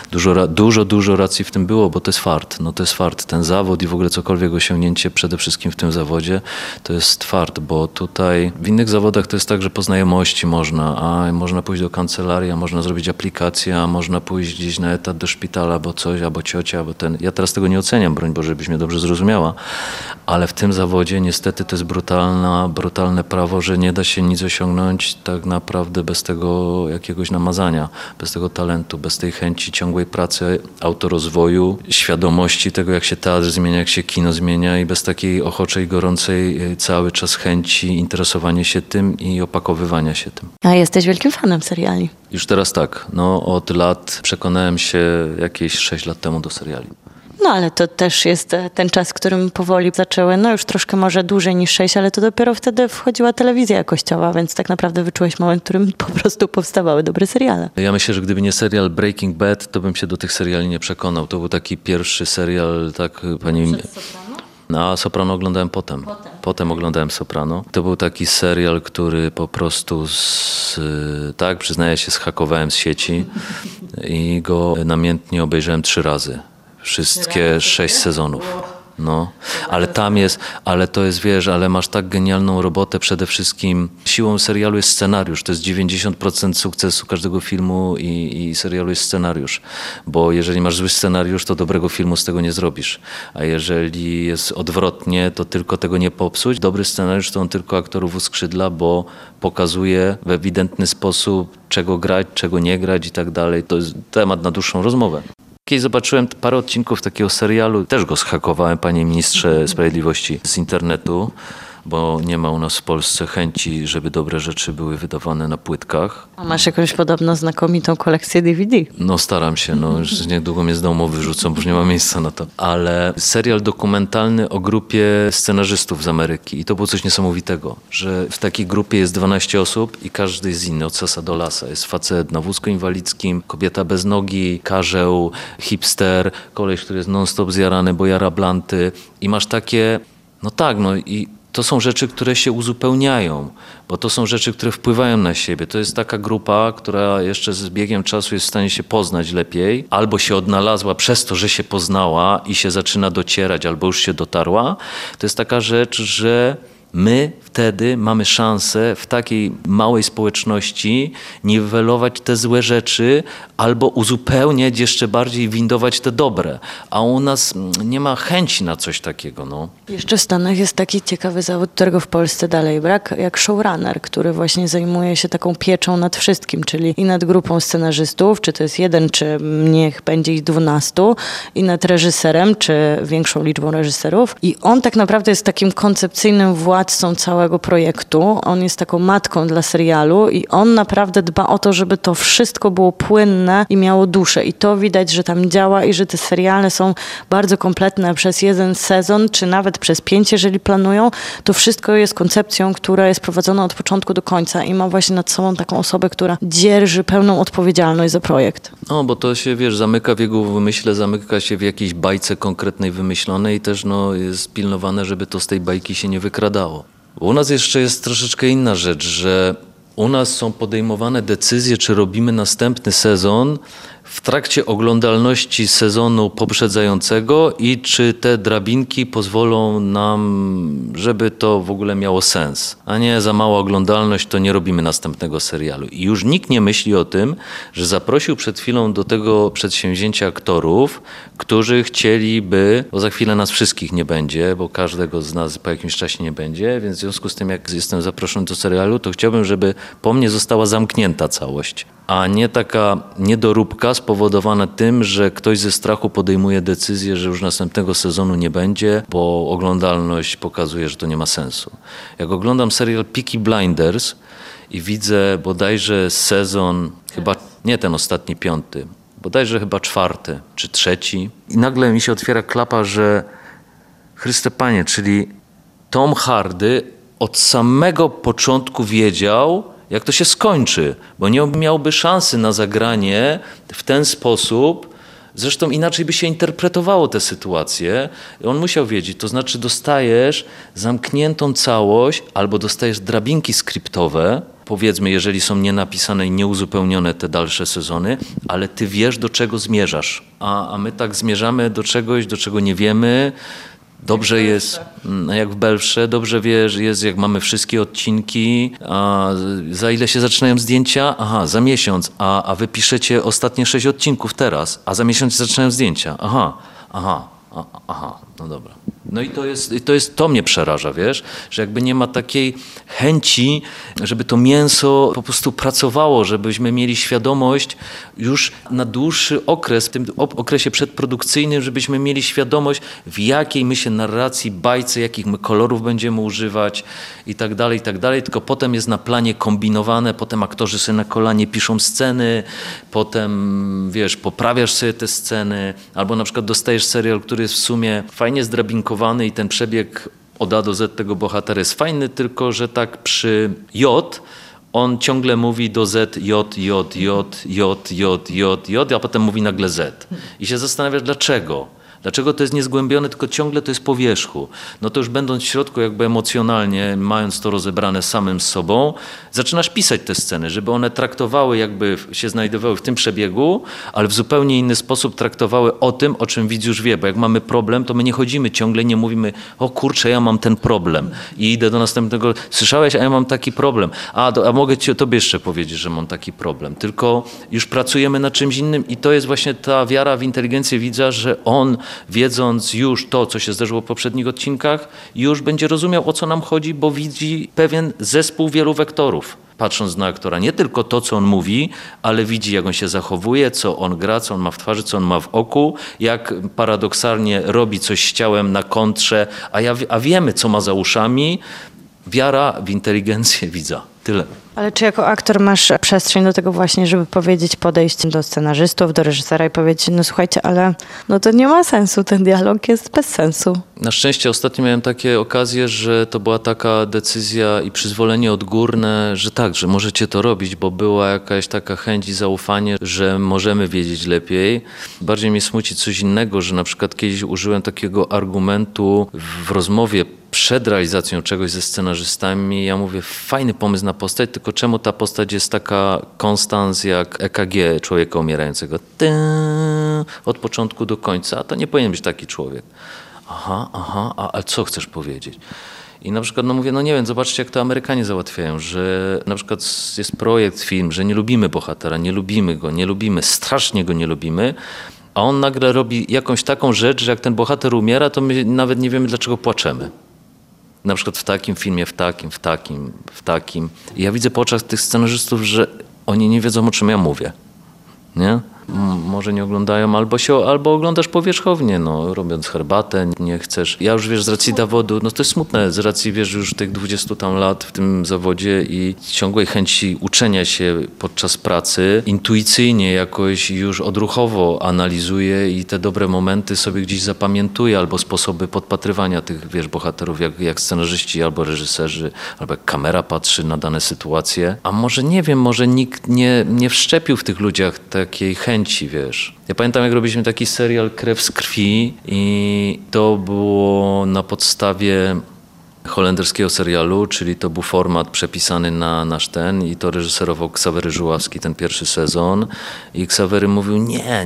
dużo racji w tym było, bo to jest fart. No to jest fart. Ten zawód i w ogóle cokolwiek osiągnięcie przede wszystkim w tym zawodzie to jest fart, bo tutaj w innych zawodach to jest tak, że po znajomości można pójść do kancelarii, a można zrobić aplikację, a można pójść gdzieś na etat do szpitala, bo coś, albo ciocia, albo ten. Ja teraz tego nie oceniam, broń Boże, żebyś mnie dobrze zrozumiała, ale w tym zawodzie niestety to jest brutalne prawo, że nie da się nic osiągnąć tak naprawdę bez tego jakiegoś namazania, bez tego talentu, bez tej chęci ciągłej pracy, autorozwoju, świadomości tego, jak się teatr zmienia, jak się kino zmienia i bez takiej ochoczej, gorącej cały czas chęci interesowania się tym i opakowywania się tym. A jesteś wielkim fanem seriali. Już teraz tak. No, od lat przekonałem się jakieś 6 lat temu do seriali. No ale to też jest ten czas, w którym powoli zaczęły, no już troszkę może dłużej niż 6, ale to dopiero wtedy wchodziła telewizja jakościowa, więc tak naprawdę wyczułeś moment, w którym po prostu powstawały dobre seriale. Ja myślę, że gdyby nie serial Breaking Bad, to bym się do tych seriali nie przekonał. To był taki pierwszy serial, tak pani... A Soprano oglądałem potem. Potem oglądałem Soprano. To był taki serial, który po prostu tak, przyznaję się, zhakowałem z sieci i go namiętnie obejrzałem 3 razy. Wszystkie 6 sezonów. No, ale to jest, wiesz, ale masz tak genialną robotę, przede wszystkim siłą serialu jest scenariusz, to jest 90% sukcesu każdego filmu i serialu jest scenariusz, bo jeżeli masz zły scenariusz, to dobrego filmu z tego nie zrobisz, a jeżeli jest odwrotnie, to tylko tego nie popsuć. Dobry scenariusz to on tylko aktorów uskrzydla, bo pokazuje w ewidentny sposób, czego grać, czego nie grać i tak dalej. To jest temat na dłuższą rozmowę. Kiedyś zobaczyłem parę odcinków takiego serialu, też go zhakowałem, panie ministrze sprawiedliwości, z internetu, bo nie ma u nas w Polsce chęci, żeby dobre rzeczy były wydawane na płytkach. A masz jakąś podobno znakomitą kolekcję DVD? No staram się, już niedługo mnie z domu wyrzucą, bo już nie ma miejsca na to. Ale serial dokumentalny o grupie scenarzystów z Ameryki i to było coś niesamowitego, że w takiej grupie jest 12 osób i każdy jest inny, od sasa do lasa. Jest facet na wózku inwalidzkim, kobieta bez nogi, karzeł, hipster, koleś, który jest non-stop zjarany, bo jara blanty i masz takie, i to są rzeczy, które się uzupełniają, bo to są rzeczy, które wpływają na siebie. To jest taka grupa, która jeszcze z biegiem czasu jest w stanie się poznać lepiej, albo się odnalazła przez to, że się poznała i się zaczyna docierać, albo już się dotarła. To jest taka rzecz, że my wtedy mamy szansę w takiej małej społeczności niwelować te złe rzeczy albo uzupełniać jeszcze bardziej, windować te dobre. A u nas nie ma chęci na coś takiego. No. Jeszcze w Stanach jest taki ciekawy zawód, którego w Polsce dalej brak, jak showrunner, który właśnie zajmuje się taką pieczą nad wszystkim, czyli i nad grupą scenarzystów, czy to jest 1, czy niech będzie ich 12, i nad reżyserem, czy większą liczbą reżyserów. I on tak naprawdę jest takim koncepcyjnym władcą całego projektu. On jest taką matką dla serialu i on naprawdę dba o to, żeby to wszystko było płynne i miało duszę. I to widać, że tam działa i że te seriale są bardzo kompletne przez 1 sezon, czy nawet przez 5, jeżeli planują. To wszystko jest koncepcją, która jest prowadzona od początku do końca i ma właśnie nad sobą taką osobę, która dzierży pełną odpowiedzialność za projekt. No, bo to się, zamyka w jego wymyśle, zamyka się w jakiejś bajce konkretnej wymyślonej i też jest pilnowane, żeby to z tej bajki się nie wykradało. U nas jeszcze jest troszeczkę inna rzecz, że u nas są podejmowane decyzje, czy robimy następny sezon w trakcie oglądalności sezonu poprzedzającego i czy te drabinki pozwolą nam, żeby to w ogóle miało sens. A nie za mała oglądalność, to nie robimy następnego serialu. I już nikt nie myśli o tym, że zaprosił przed chwilą do tego przedsięwzięcia aktorów, którzy chcieliby, bo za chwilę nas wszystkich nie będzie, bo każdego z nas po jakimś czasie nie będzie, więc w związku z tym, jak jestem zaproszony do serialu, to chciałbym, żeby po mnie została zamknięta całość, a nie taka niedoróbka spowodowana tym, że ktoś ze strachu podejmuje decyzję, że już następnego sezonu nie będzie, bo oglądalność pokazuje, że to nie ma sensu. Jak oglądam serial Peaky Blinders i widzę bodajże sezon, chyba nie ten ostatni 5, bodajże chyba 4 czy 3 i nagle mi się otwiera klapa, że Chryste Panie, czyli Tom Hardy od samego początku wiedział, jak to się skończy, bo nie miałby szansy na zagranie w ten sposób. Zresztą inaczej by się interpretowało tę sytuację. On musiał wiedzieć, to znaczy dostajesz zamkniętą całość albo dostajesz drabinki skryptowe, powiedzmy, jeżeli są nienapisane i nieuzupełnione te dalsze sezony, ale ty wiesz, do czego zmierzasz. A my tak zmierzamy do czegoś, do czego nie wiemy. Dobrze jest, jak w Belfrze, dobrze wiesz, jest jak mamy wszystkie odcinki, a za ile się zaczynają zdjęcia? Aha, za miesiąc, a wy piszecie ostatnie 6 odcinków teraz, a za miesiąc zaczynają zdjęcia. Aha, no dobra. No i to mnie przeraża, wiesz, że jakby nie ma takiej chęci, żeby to mięso po prostu pracowało, żebyśmy mieli świadomość już na dłuższy okres, w tym okresie przedprodukcyjnym, żebyśmy mieli świadomość, w jakiej my się narracji, bajce, jakich my kolorów będziemy używać i tak dalej, tylko potem jest na planie kombinowane, potem aktorzy sobie na kolanie piszą sceny, potem, wiesz, poprawiasz sobie te sceny, albo na przykład dostajesz serial, który jest w sumie fajnie zdrabinkowany i ten przebieg od A do Z tego bohatera jest fajny, tylko że tak przy J on ciągle mówi do Z J, a potem mówi nagle Z. I się zastanawiasz, dlaczego? Dlaczego to jest niezgłębione, tylko ciągle to jest po wierzchu? No to już będąc w środku jakby emocjonalnie, mając to rozebrane samym sobą, zaczynasz pisać te sceny, żeby one traktowały, jakby się znajdowały w tym przebiegu, ale w zupełnie inny sposób traktowały o tym, o czym widz już wie. Bo jak mamy problem, to my nie chodzimy ciągle, nie mówimy, o kurczę, ja mam ten problem i idę do następnego, słyszałeś, a ja mam taki problem. A mogę tobie jeszcze powiedzieć, że mam taki problem. Tylko już pracujemy nad czymś innym i to jest właśnie ta wiara w inteligencję widza, że on, wiedząc już to, co się zdarzyło w poprzednich odcinkach, już będzie rozumiał, o co nam chodzi, bo widzi pewien zespół wielu wektorów. Patrząc na aktora, nie tylko to, co on mówi, ale widzi, jak on się zachowuje, co on gra, co on ma w twarzy, co on ma w oku, jak paradoksalnie robi coś z ciałem na kontrze, a wiemy, co ma za uszami. Wiara w inteligencję widza. Tyle. Ale czy jako aktor masz przestrzeń do tego właśnie, żeby podejść do scenarzystów, do reżysera i powiedzieć, no słuchajcie, ale no to nie ma sensu, ten dialog jest bez sensu. Na szczęście ostatnio miałem takie okazje, że to była taka decyzja i przyzwolenie odgórne, że tak, że możecie to robić, bo była jakaś taka chęć i zaufanie, że możemy wiedzieć lepiej. Bardziej mnie smuci coś innego, że na przykład kiedyś użyłem takiego argumentu w rozmowie przed realizacją czegoś ze scenarzystami, ja mówię, fajny pomysł na postać, tylko czemu ta postać jest taka konstans jak EKG człowieka umierającego. Od początku do końca, a to nie powinien być taki człowiek. A co chcesz powiedzieć? I na przykład mówię, nie wiem, zobaczcie jak to Amerykanie załatwiają, że na przykład jest projekt, film, że nie lubimy bohatera, nie lubimy go, strasznie go nie lubimy, a on nagle robi jakąś taką rzecz, że jak ten bohater umiera, to my nawet nie wiemy dlaczego płaczemy. Na przykład w takim filmie, w takim. I ja widzę po oczach tych scenarzystów, że oni nie wiedzą o czym ja mówię. Nie? Może nie oglądają, albo oglądasz powierzchownie, robiąc herbatę, nie chcesz. Ja już, z racji zawodu, to jest smutne, z racji, już tych 20 tam lat w tym zawodzie i ciągłej chęci uczenia się podczas pracy, intuicyjnie jakoś już odruchowo analizuję i te dobre momenty sobie gdzieś zapamiętuję, albo sposoby podpatrywania tych, bohaterów, jak scenarzyści, albo reżyserzy, albo jak kamera patrzy na dane sytuacje. A może nie wiem, może nikt nie wszczepił w tych ludziach takiej chęci, Ja pamiętam, jak robiliśmy taki serial Krew z krwi i to było na podstawie holenderskiego serialu, czyli to był format przepisany na nasz i to reżyserował Ksawery Żuławski, ten pierwszy sezon i Ksawery mówił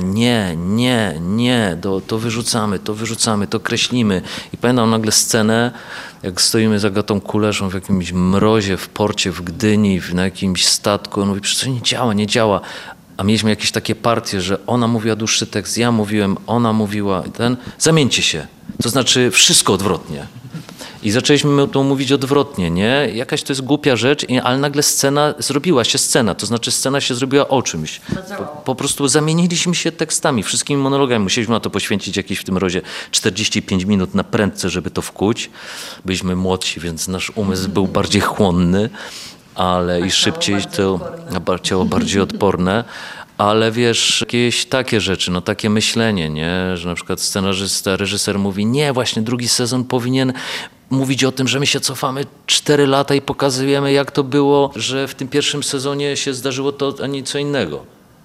nie, to wyrzucamy, to kreślimy. I pamiętam nagle scenę, jak stoimy z Agatą Kuleszą w jakimś mrozie w porcie w Gdyni, na jakimś statku, on mówi, przecież to nie działa. A mieliśmy jakieś takie partie, że ona mówiła dłuższy tekst, ja mówiłem, ona mówiła, zamieńcie się. To znaczy wszystko odwrotnie. I zaczęliśmy to mówić odwrotnie, nie? Jakaś to jest głupia rzecz, ale nagle zrobiła się scena, to znaczy scena się zrobiła o czymś. Po prostu zamieniliśmy się tekstami, wszystkimi monologami. Musieliśmy na to poświęcić jakieś w tym razie 45 minut na prędce, żeby to wkuć. Byliśmy młodsi, więc nasz umysł był bardziej chłonny. Ale i szybciej ciało bardziej odporne, ale jakieś takie rzeczy, takie myślenie, nie? Że na przykład scenarzysta, reżyser mówi, nie, właśnie drugi sezon powinien mówić o tym, że my się cofamy 4 lata i pokazujemy jak to było, że w tym pierwszym sezonie się zdarzyło to, a nie co innego.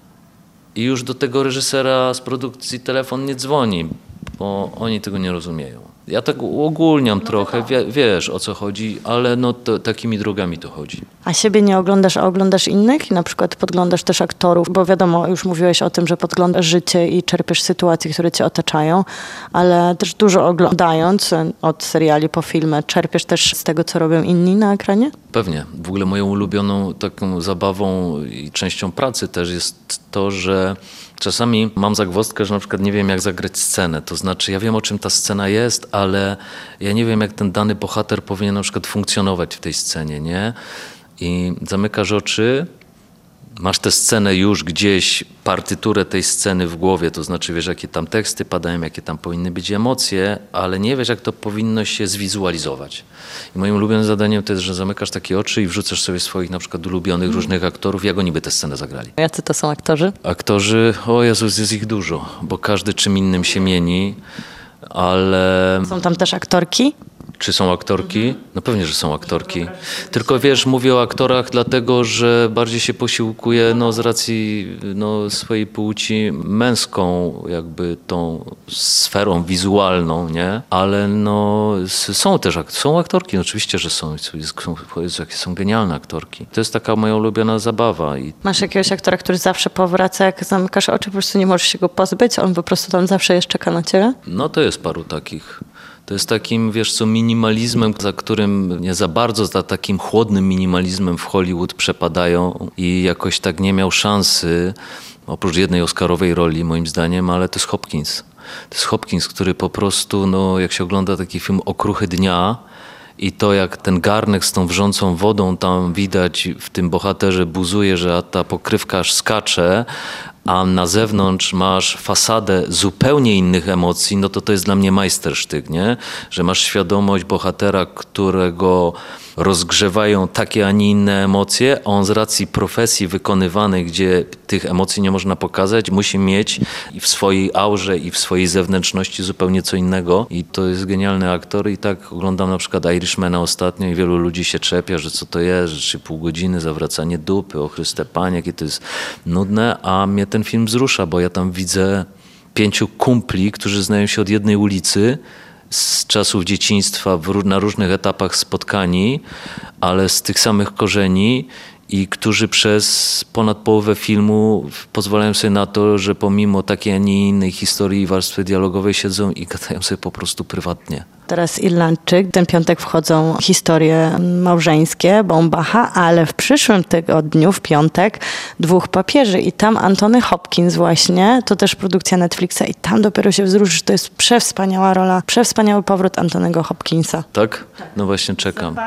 I już do tego reżysera z produkcji telefon nie dzwoni, bo oni tego nie rozumieją. Ja tak uogólniam trochę, wiesz o co chodzi, ale takimi drogami to chodzi. A siebie nie oglądasz, a oglądasz innych? I na przykład podglądasz też aktorów, bo wiadomo, już mówiłeś o tym, że podglądasz życie i czerpiesz sytuacje, które cię otaczają, ale też dużo oglądając, od seriali po filmy, czerpiesz też z tego, co robią inni na ekranie? Pewnie. W ogóle moją ulubioną taką zabawą i częścią pracy też jest to, że czasami mam zagwozdkę, że na przykład nie wiem jak zagrać scenę. To znaczy ja wiem o czym ta scena jest, ale ja nie wiem jak ten dany bohater powinien na przykład funkcjonować w tej scenie, nie? I zamykasz oczy, masz tę scenę już gdzieś, partyturę tej sceny w głowie, to znaczy wiesz jakie tam teksty padają, jakie tam powinny być emocje, ale nie wiesz jak to powinno się zwizualizować. I moim ulubionym zadaniem to jest, że zamykasz takie oczy i wrzucasz sobie swoich na przykład ulubionych różnych aktorów, jak oni by tę scenę zagrali. Jacy to są aktorzy? Aktorzy, o Jezus, jest ich dużo, bo każdy czym innym się mieni, ale... Są tam też aktorki? Czy są aktorki? No pewnie, że są aktorki. Tylko wiesz, mówię o aktorach dlatego, że bardziej się posiłkuję z racji swojej płci męską, jakby tą sferą wizualną, nie? Ale są też są aktorki, oczywiście, że są. Jakie są genialne aktorki. To jest taka moja ulubiona zabawa. Masz jakiegoś aktora, który zawsze powraca, jak zamykasz oczy, po prostu nie możesz się go pozbyć, on po prostu tam zawsze jeszcze czeka na ciebie? No to jest paru takich. To jest takim, minimalizmem, za którym nie za bardzo, za takim chłodnym minimalizmem w Hollywood przepadają i jakoś tak nie miał szansy, oprócz jednej oscarowej roli moim zdaniem, ale to jest Hopkins. To jest Hopkins, który po prostu, jak się ogląda taki film Okruchy dnia i to jak ten garnek z tą wrzącą wodą tam widać w tym bohaterze buzuje, że ta pokrywka aż skacze, a na zewnątrz masz fasadę zupełnie innych emocji, to jest dla mnie majstersztyk, nie? Że masz świadomość bohatera, którego rozgrzewają takie, a nie inne emocje, a on z racji profesji wykonywanej, gdzie tych emocji nie można pokazać, musi mieć i w swojej aurze i w swojej zewnętrzności zupełnie co innego. I to jest genialny aktor i tak oglądam na przykład Irishmana ostatnio i wielu ludzi się czepia, że co to jest, że 3,5 godziny zawracanie dupy, o Chryste Panie, jakie to jest nudne, a mnie ten film wzrusza, bo ja tam widzę 5 kumpli, którzy znają się od jednej ulicy, z czasów dzieciństwa na różnych etapach spotkani, ale z tych samych korzeni i którzy przez ponad połowę filmu pozwalają sobie na to, że pomimo takiej, a nie innej historii i warstwy dialogowej siedzą i gadają sobie po prostu prywatnie. Teraz Irlandczyk, ten piątek wchodzą historie małżeńskie Baumbacha, ale w przyszłym tygodniu, w piątek, 2 papieży i tam Anthony Hopkins właśnie, to też produkcja Netflixa i tam dopiero się wzruszysz, to jest przewspaniała rola, przewspaniały powrót Anthony'ego Hopkinsa. Tak? No właśnie czekam.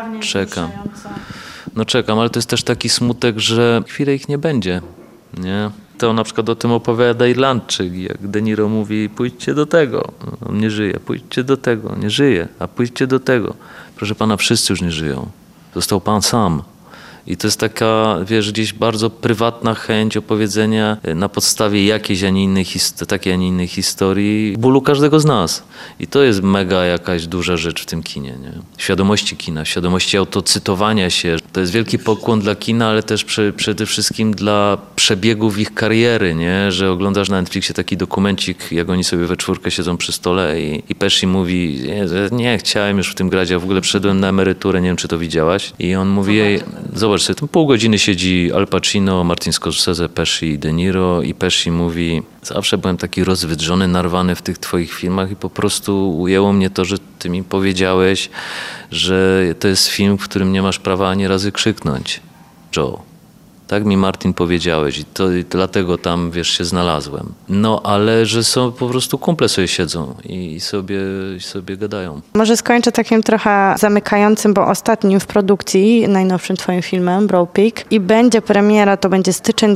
No czekam, ale to jest też taki smutek, że chwilę ich nie będzie, nie? To na przykład o tym opowiada Irlandczyk, jak De Niro mówi, pójdźcie do tego, on nie żyje, pójdźcie do tego, nie żyje, a pójdźcie do tego. Proszę pana, wszyscy już nie żyją, został pan sam. I to jest taka, wiesz, gdzieś bardzo prywatna chęć opowiedzenia na podstawie jakiejś, a nie innej takiej, a nie innej historii bólu każdego z nas. I to jest mega jakaś duża rzecz w tym kinie, nie? Świadomości kina, świadomości autocytowania się. To jest wielki pokłon dla kina, ale też przede wszystkim dla przebiegów ich kariery, nie? Że oglądasz na Netflixie taki dokumencik, jak oni sobie we czwórkę siedzą przy stole i Pesci mówi, nie chciałem już w tym grać, ja w ogóle przyszedłem na emeryturę, nie wiem, czy to widziałaś. I on mówi jej, zobacz sobie, tam pół godziny siedzi Al Pacino, Martin Scorsese, Pesci i De Niro i Pesci mówi, zawsze byłem taki rozwydrzony, narwany w tych twoich filmach i po prostu ujęło mnie to, że ty mi powiedziałeś, że to jest film, w którym nie masz prawa ani razy krzyknąć. Joe. Tak mi, Martin, powiedziałeś i dlatego tam, wiesz, się znalazłem. No, ale że są po prostu kumple sobie siedzą i sobie gadają. Może skończę takim trochę zamykającym, bo ostatnim w produkcji, najnowszym twoim filmem, Broad Peak, i będzie premiera, to będzie styczeń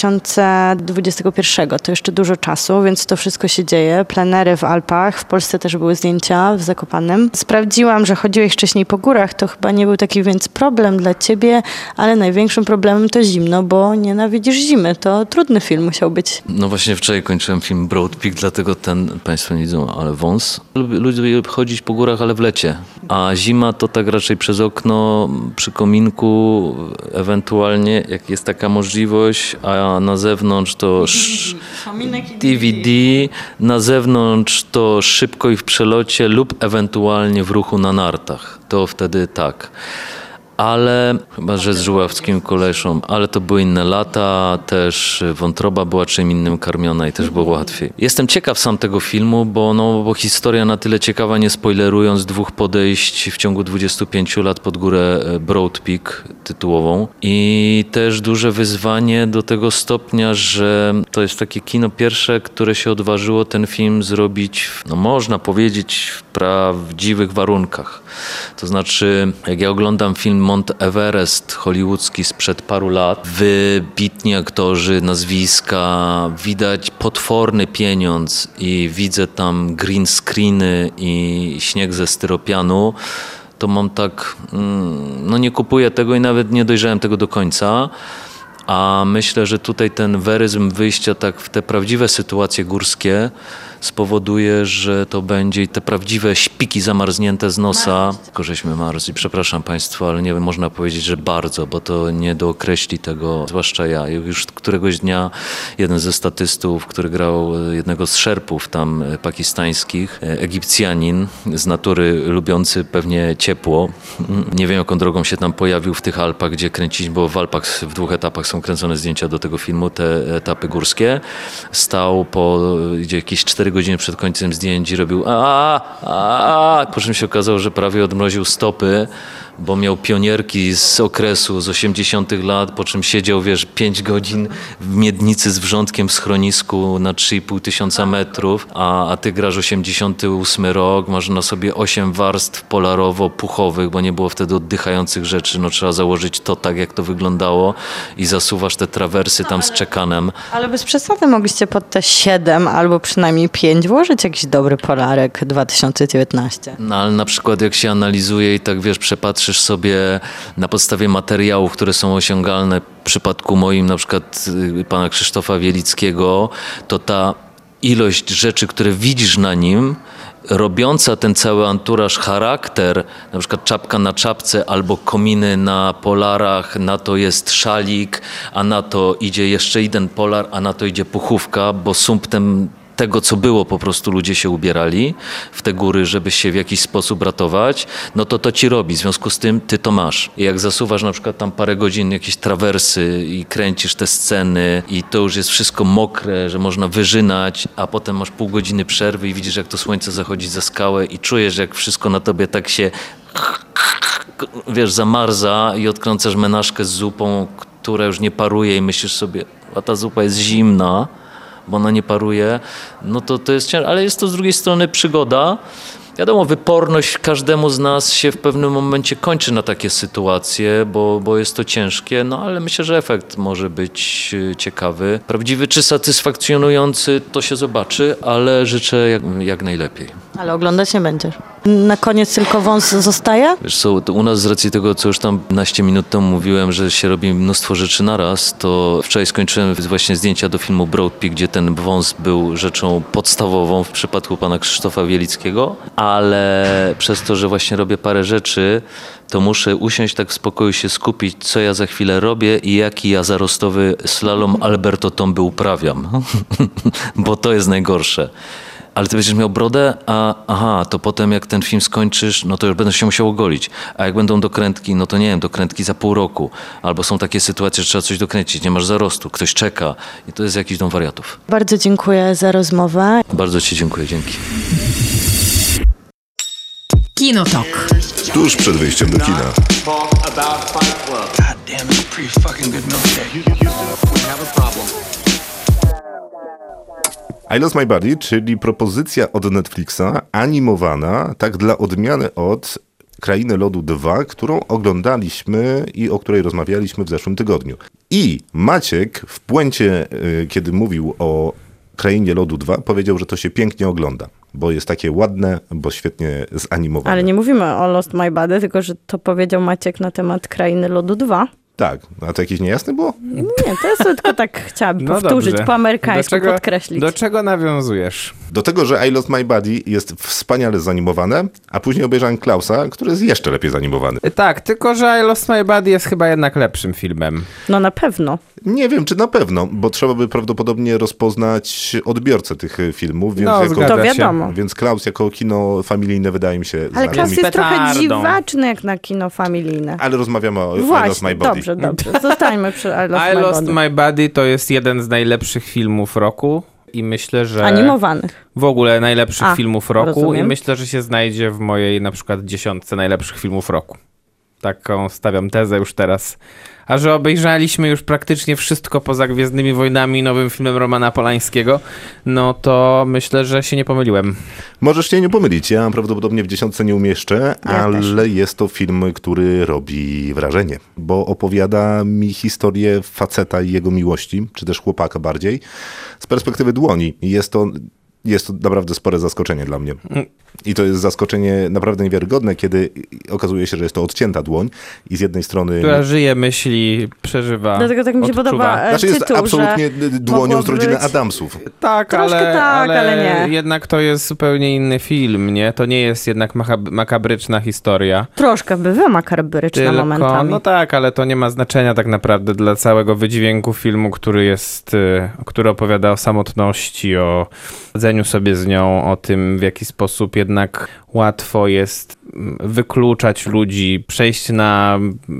2021. To jeszcze dużo czasu, więc to wszystko się dzieje. Plenery w Alpach, w Polsce też były zdjęcia w Zakopanem. Sprawdziłam, że chodziłeś wcześniej po górach, to chyba nie był taki więc problem dla ciebie, ale największym problemem to zimno. No bo nienawidzisz zimy, to trudny film musiał być. No właśnie wczoraj kończyłem film Broad Peak, dlatego Państwo nie widzą, ale wąs. Lubię chodzić po górach, ale w lecie. A zima to tak raczej przez okno, przy kominku, ewentualnie jak jest taka możliwość, a na zewnątrz to DVD, na zewnątrz to szybko i w przelocie lub ewentualnie w ruchu na nartach. To wtedy tak. Ale chyba, że z żuławskim koleżą, ale to były inne lata, też wątroba była czym innym karmiona i też było łatwiej. Jestem ciekaw sam tego filmu, bo historia na tyle ciekawa, nie spoilerując, 2 podejść w ciągu 25 lat pod górę Broad Peak tytułową i też duże wyzwanie do tego stopnia, że to jest takie kino pierwsze, które się odważyło ten film zrobić, no można powiedzieć, w prawdziwych warunkach. To znaczy, jak ja oglądam film Mount Everest hollywoodzki sprzed paru lat, wybitni aktorzy, nazwiska, widać potworny pieniądz i widzę tam green screeny i śnieg ze styropianu, to mam tak, no nie kupuję tego i nawet nie dojrzałem tego do końca. A myślę, że tutaj ten weryzm wyjścia tak w te prawdziwe sytuacje górskie spowoduje, że to będzie i te prawdziwe śpiki zamarznięte z nosa. Tylko żeśmy marzli, przepraszam Państwa, ale nie wiem, można powiedzieć, że bardzo, bo to nie dookreśli tego, zwłaszcza ja. Już któregoś dnia jeden ze statystów, który grał jednego z szerpów tam pakistańskich, Egipcjanin z natury lubiący pewnie ciepło, nie wiem jaką drogą się tam pojawił w tych Alpach, gdzie kręciliśmy, bo w Alpach w 2 etapach są kręcone zdjęcia do tego filmu, te etapy górskie. Stał gdzie jakieś 4 godziny przed końcem zdjęć i robił po czym się okazało, że prawie odmroził stopy, bo miał pionierki z okresu z 80 lat, po czym siedział, 5 godzin w miednicy z wrzątkiem w schronisku na 3,5 tysiąca metrów, a ty grasz 88 rok, masz na sobie 8 warstw polarowo-puchowych, bo nie było wtedy oddychających rzeczy, no trzeba założyć to tak, jak to wyglądało i zasuwasz te trawersy tam z czekanem. Ale bez przesady mogliście pod te 7 albo przynajmniej 5 włożyć jakiś dobry polarek 2019. No ale na przykład jak się analizuje i tak przepatrzysz sobie na podstawie materiałów, które są osiągalne, w przypadku moim na przykład pana Krzysztofa Wielickiego, to ta ilość rzeczy, które widzisz na nim, robiąca ten cały anturaż, charakter, na przykład czapka na czapce albo kominy na polarach, na to jest szalik, a na to idzie jeszcze jeden polar, a na to idzie puchówka, bo sumptem tego, co było, po prostu ludzie się ubierali w te góry, żeby się w jakiś sposób ratować, no to ci robi. W związku z tym ty to masz. I jak zasuwasz na przykład tam parę godzin jakieś trawersy i kręcisz te sceny i to już jest wszystko mokre, że można wyżynać, a potem masz pół godziny przerwy i widzisz, jak to słońce zachodzi za skałę i czujesz, jak wszystko na tobie tak się zamarza i odkręcasz menażkę z zupą, która już nie paruje i myślisz sobie, a ta zupa jest zimna, bo ona nie paruje, no to jest ciężko, ale jest to z drugiej strony przygoda. Wiadomo, wyporność każdemu z nas się w pewnym momencie kończy na takie sytuacje, bo jest to ciężkie, no ale myślę, że efekt może być ciekawy. Prawdziwy czy satysfakcjonujący, to się zobaczy, ale życzę jak najlepiej. Ale oglądać nie będziesz. Na koniec tylko wąs zostaje? Wiesz co, u nas z racji tego, co już tam 15 minut temu mówiłem, że się robi mnóstwo rzeczy naraz, to wczoraj skończyłem właśnie zdjęcia do filmu Broad Peak, gdzie ten wąs był rzeczą podstawową w przypadku pana Krzysztofa Wielickiego, ale przez to, że właśnie robię parę rzeczy, to muszę usiąść tak w spokoju, się skupić, co ja za chwilę robię i jaki ja zarostowy slalom Alberto Tomby uprawiam, bo to jest najgorsze. Ale ty będziesz miał brodę, to potem jak ten film skończysz, no to już będę się musiał ogolić. A jak będą dokrętki, no to nie wiem, dokrętki za pół roku. Albo są takie sytuacje, że trzeba coś dokręcić, nie masz zarostu, ktoś czeka. I to jest jakiś dom wariatów. Bardzo dziękuję za rozmowę. Bardzo ci dziękuję, dzięki. Kinotok. Tuż przed wyjściem do kina. I Lost My Body, czyli propozycja od Netflixa, animowana, tak dla odmiany od Krainy Lodu 2, którą oglądaliśmy i o której rozmawialiśmy w zeszłym tygodniu. I Maciek w puencie, kiedy mówił o Krainie Lodu 2, powiedział, że to się pięknie ogląda, bo jest takie ładne, bo świetnie zanimowane. Ale nie mówimy o Lost My Body, tylko że to powiedział Maciek na temat Krainy Lodu 2. Tak, a to jakieś niejasne było? Nie, to jest tylko tak chciałabym powtórzyć, dobrze. po amerykańsku podkreślić. Do czego nawiązujesz? Do tego, że I Lost My Body jest wspaniale zanimowane, a później obejrzałem Klausa, który jest jeszcze lepiej zanimowany. Tak, tylko że I Lost My Body jest chyba jednak lepszym filmem. No na pewno. Nie wiem, czy na pewno, bo trzeba by prawdopodobnie rozpoznać odbiorcę tych filmów, więc, to wiadomo. Więc Klaus jako kino familijne wydaje mi się Ale znakomity. Klaus jest trochę dziwaczny jak na kino familijne. Ale rozmawiamy o Właśnie, I Lost My Body. Dobrze. Zostańmy przy I Lost My Body to jest jeden z najlepszych filmów roku i myślę, że... Animowanych. W ogóle najlepszych filmów roku rozumiem. I myślę, że się znajdzie w mojej na przykład 10 najlepszych filmów roku. Taką stawiam tezę już teraz. A że obejrzeliśmy już praktycznie wszystko poza Gwiezdnymi Wojnami i nowym filmem Romana Polańskiego, no to myślę, że się nie pomyliłem. Możesz się nie pomylić, ja prawdopodobnie w 10 nie umieszczę, ale jest to film, który robi wrażenie, bo opowiada mi historię faceta i jego miłości, czy też chłopaka bardziej, z perspektywy dłoni. Jest to naprawdę spore zaskoczenie dla mnie. I to jest zaskoczenie naprawdę niewiarygodne, kiedy okazuje się, że jest to odcięta dłoń i z jednej strony... Która żyje, myśli, przeżywa, Dlatego tak mi się podoba Znaczy jest tytuł, absolutnie dłonią z rodziny być... Adamsów. Tak, troszkę ale nie. Jednak to jest zupełnie inny film, nie? To nie jest jednak makabryczna historia. Troszkę bywa makabryczna momentami. No tak, ale to nie ma znaczenia tak naprawdę dla całego wydźwięku filmu, który opowiada o samotności, o radzeniu sobie z nią, o tym, w jaki sposób jednak łatwo jest wykluczać ludzi, przejść na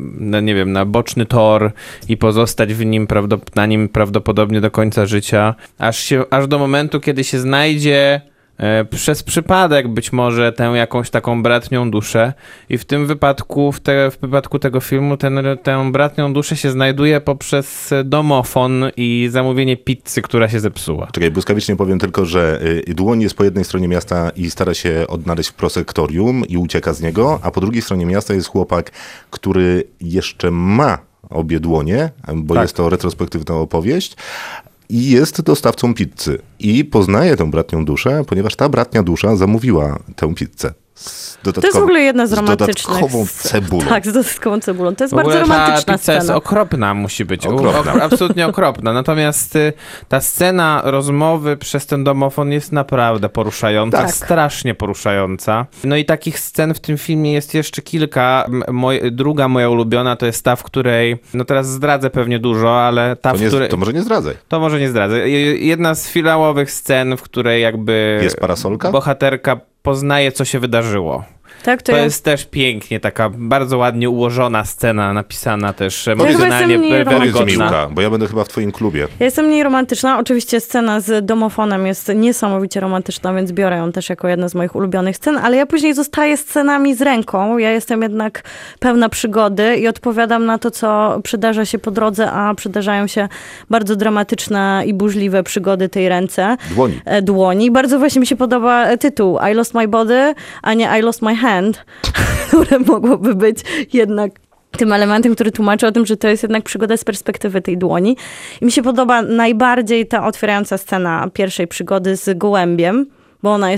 boczny tor i pozostać na nim prawdopodobnie do końca życia, aż do momentu, kiedy się znajdzie przez przypadek być może tę jakąś taką bratnią duszę i w tym wypadku, w wypadku tego filmu tę bratnią duszę się znajduje poprzez domofon i zamówienie pizzy, która się zepsuła. Czekaj, błyskawicznie powiem tylko, że dłoń jest po jednej stronie miasta i stara się odnaleźć w prosektorium i ucieka z niego, a po drugiej stronie miasta jest chłopak, który jeszcze ma obie dłonie, bo jest to retrospektywna opowieść, i jest dostawcą pizzy. I poznaje tę bratnią duszę, ponieważ ta bratnia dusza zamówiła tę pizzę. To jest w ogóle jedna z romantycznych. Z dodatkową cebulą. Tak, z dodatkową cebulą. To jest w ogóle bardzo romantyczna ta pizza jest scena. okropna, musi być. Okropna. Absolutnie okropna. Natomiast ta scena rozmowy przez ten domofon jest naprawdę poruszająca. Tak. Strasznie poruszająca. No i takich scen w tym filmie jest jeszcze kilka. Druga moja ulubiona to jest ta, w której, no teraz zdradzę pewnie dużo, ale ta, w której... To może nie zdradzaj. To może nie zdradzę. Jedna z finałowych scen, w której jakby... Jest parasolka? Bohaterka poznaje, co się wydarzyło. Tak, To jest też pięknie, taka bardzo ładnie ułożona scena, napisana też chyba emocjonalnie jestem mniej wiarygodna. Miłka, bo ja będę chyba w twoim klubie. Ja jestem mniej romantyczna. Oczywiście scena z domofonem jest niesamowicie romantyczna, więc biorę ją też jako jedną z moich ulubionych scen, ale ja później zostaję scenami z ręką. Ja jestem jednak pełna przygody i odpowiadam na to, co przydarza się po drodze, a przydarzają się bardzo dramatyczne i burzliwe przygody tej ręce. Dłoni. Bardzo właśnie mi się podoba tytuł I Lost My Body, a nie I Lost My Hand, które mogłoby być jednak tym elementem, który tłumaczy o tym, że to jest jednak przygoda z perspektywy tej dłoni. I mi się podoba najbardziej ta otwierająca scena pierwszej przygody z gołębiem, bo ona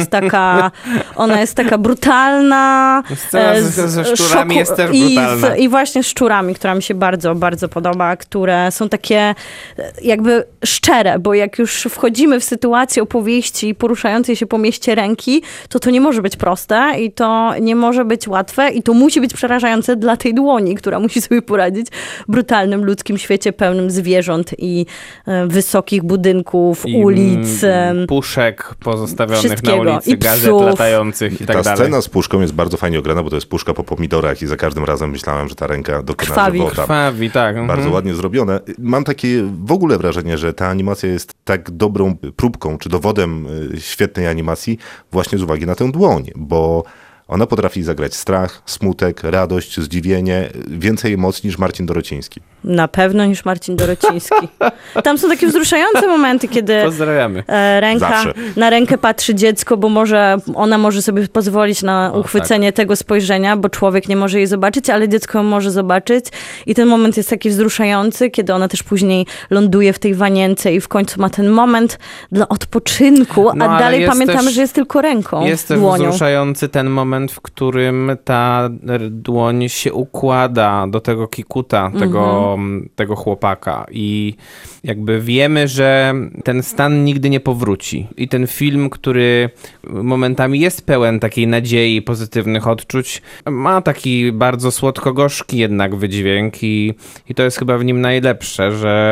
jest taka brutalna. Scena ze szczurami jest też brutalna. I właśnie z szczurami, która mi się bardzo, bardzo podoba, które są takie jakby szczere, bo jak już wchodzimy w sytuację opowieści poruszającej się po mieście ręki, to nie może być proste i to nie może być łatwe i to musi być przerażające dla tej dłoni, która musi sobie poradzić w brutalnym ludzkim świecie pełnym zwierząt i wysokich budynków, ulic. Puszek pozostawionych na ulicy, i gazet latających i tak dalej. Ta scena z puszką jest bardzo fajnie ograna, bo to jest puszka po pomidorach i za każdym razem myślałem, że ta ręka dokona żywota. Krwawi, tak. Bardzo ładnie zrobione. Mam takie w ogóle wrażenie, że ta animacja jest tak dobrą próbką, czy dowodem świetnej animacji właśnie z uwagi na tę dłoń, bo ona potrafi zagrać strach, smutek, radość, zdziwienie, więcej emocji niż Marcin Dorociński. Na pewno niż Marcin Dorociński. Tam są takie wzruszające momenty, kiedy Pozdrawiamy. Na rękę patrzy dziecko, bo ona może sobie pozwolić na uchwycenie tego spojrzenia, bo człowiek nie może jej zobaczyć, ale dziecko ją może zobaczyć. I ten moment jest taki wzruszający, kiedy ona też później ląduje w tej wanience i w końcu ma ten moment dla odpoczynku, a dalej pamiętamy, że jest tylko ręką, jest też dłonią. wzruszający ten moment, w którym ta dłoń się układa do tego kikuta, tego chłopaka i jakby wiemy, że ten stan nigdy nie powróci. I ten film, który momentami jest pełen takiej nadziei, pozytywnych odczuć, ma taki bardzo słodko-gorzki jednak wydźwięk i to jest chyba w nim najlepsze,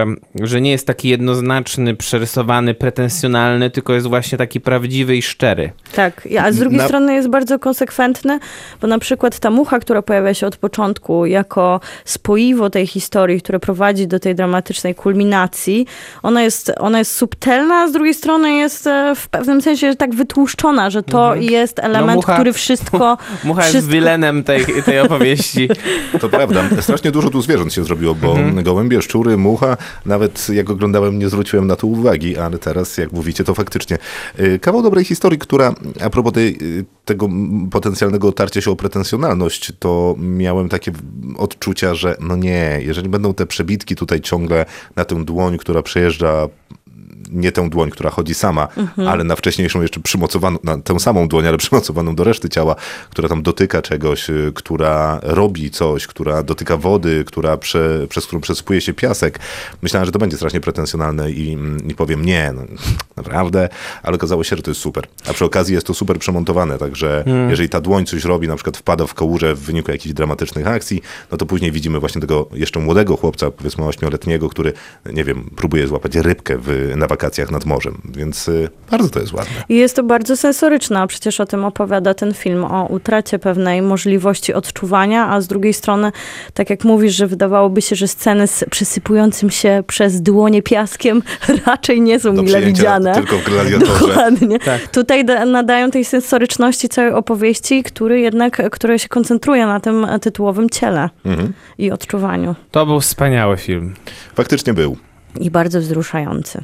że nie jest taki jednoznaczny, przerysowany, pretensjonalny, tylko jest właśnie taki prawdziwy i szczery. Tak, a z drugiej strony jest bardzo konsekwentny, bo na przykład ta mucha, która pojawia się od początku jako spoiwo tej historii, które prowadzi do tej dramatycznej kulminacji, ona jest subtelna, a z drugiej strony jest w pewnym sensie tak wytłuszczona, że to jest element, który wszystko... Mucha jest wilenem tej opowieści. To prawda. Strasznie dużo tu zwierząt się zrobiło, bo gołębie, szczury, mucha, nawet jak oglądałem, nie zwróciłem na to uwagi, ale teraz, jak mówicie, to faktycznie kawał dobrej historii, która a propos tego potencjalnego otarcia się o pretensjonalność, to miałem takie odczucia, że no nie, jeżeli będą te przebitki tutaj ciągle na tę dłoń, która przejeżdża, nie tę dłoń, która chodzi sama, ale na wcześniejszą jeszcze przymocowaną, na tę samą dłoń, ale przymocowaną do reszty ciała, która tam dotyka czegoś, która robi coś, która dotyka wody, przez którą przespuje się piasek. Myślałem, że to będzie strasznie pretensjonalne i powiem nie, no, naprawdę, ale okazało się, że to jest super. A przy okazji jest to super przemontowane, także jeżeli ta dłoń coś robi, na przykład wpada w kałużę w wyniku jakichś dramatycznych akcji, no to później widzimy właśnie tego jeszcze młodego chłopca, powiedzmy 8-letniego, który, nie wiem, próbuje złapać rybkę na wakacjach nad morzem, więc bardzo to jest ładne. I jest to bardzo sensoryczne, a przecież o tym opowiada ten film, o utracie pewnej możliwości odczuwania, a z drugiej strony, tak jak mówisz, że wydawałoby się, że sceny z przysypującym się przez dłonie piaskiem raczej nie są mile widziane. Tylko w Gladiatorze. Dokładnie. Tak. Tutaj nadają tej sensoryczności całej opowieści, które się koncentruje na tym tytułowym ciele i odczuwaniu. To był wspaniały film. Faktycznie był. I bardzo wzruszający.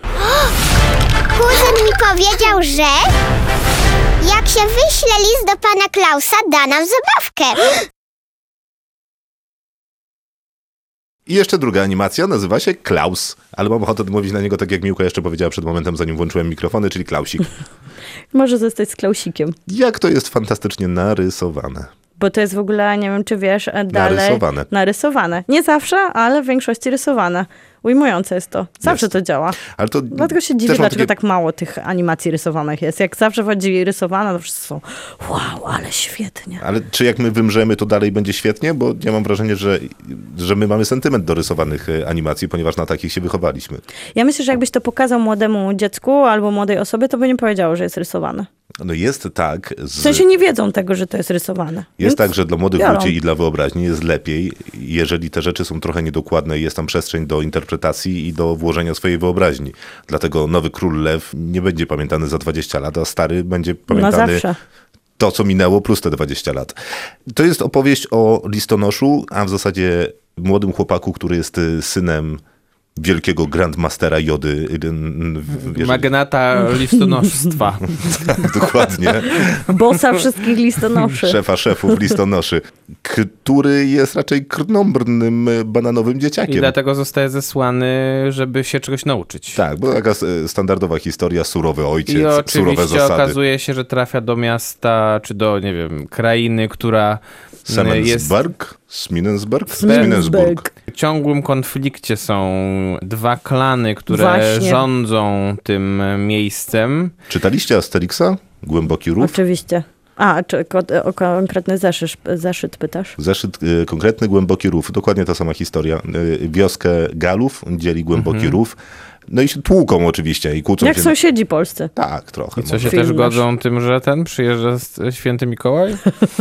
Kuzyn mi powiedział, że jak się wyśle list do pana Klausa, da nam zabawkę. I jeszcze druga animacja nazywa się Klaus, ale mam ochotę mówić na niego tak, jak Miłka jeszcze powiedziała przed momentem, zanim włączyłem mikrofony, czyli Klausik. Może zostać z Klausikiem. Jak to jest fantastycznie narysowane. Bo to jest w ogóle, nie wiem czy wiesz, dalej... Narysowane. Nie zawsze, ale w większości rysowane. Ujmujące jest to. Zawsze to działa. Ale to dlatego się dziwię, dlaczego tak mało tych animacji rysowanych jest. Jak zawsze chodzi rysowane, to wszyscy są wow, ale świetnie. Ale czy jak my wymrzemy, to dalej będzie świetnie? Bo ja mam wrażenie, że my mamy sentyment do rysowanych animacji, ponieważ na takich się wychowaliśmy. Ja myślę, że jakbyś to pokazał młodemu dziecku albo młodej osobie, to by nie powiedziało, że jest rysowane. No jest tak... W sensie nie wiedzą tego, że to jest rysowane. Jest tak, że dla młodych ludzi i dla wyobraźni jest lepiej, jeżeli te rzeczy są trochę niedokładne i jest tam przestrzeń do interpretacji i do włożenia swojej wyobraźni. Dlatego Nowy Król Lew nie będzie pamiętany za 20 lat, a stary będzie pamiętany to, co minęło, plus te 20 lat. To jest opowieść o listonoszu, a w zasadzie młodym chłopaku, który jest synem wielkiego grandmastera Jody. Magnata listonoszstwa. Tak, dokładnie. Bossa wszystkich listonoszy. Szefa szefów listonoszy, który jest raczej krnąbrnym, bananowym dzieciakiem. I dlatego zostaje zesłany, żeby się czegoś nauczyć. Tak, bo taka standardowa historia, surowy ojciec, I surowe zasady. oczywiście okazuje się, że trafia do miasta, czy do, nie wiem, krainy, która Semensburg? Sminensburg? W ciągłym konflikcie są dwa klany, które rządzą tym miejscem. Czytaliście Asterixa? Głęboki Rów? Oczywiście. A, czy o konkretny zeszyt pytasz? Zeszyt konkretny, Głęboki Rów. Dokładnie ta sama historia. Wioskę Galów dzieli Głęboki Rów. No i się tłuką oczywiście i kłócą jak się. Jak sąsiedzi polscy. Tak, trochę. I co się też godzą tym, że przyjeżdża Święty Mikołaj?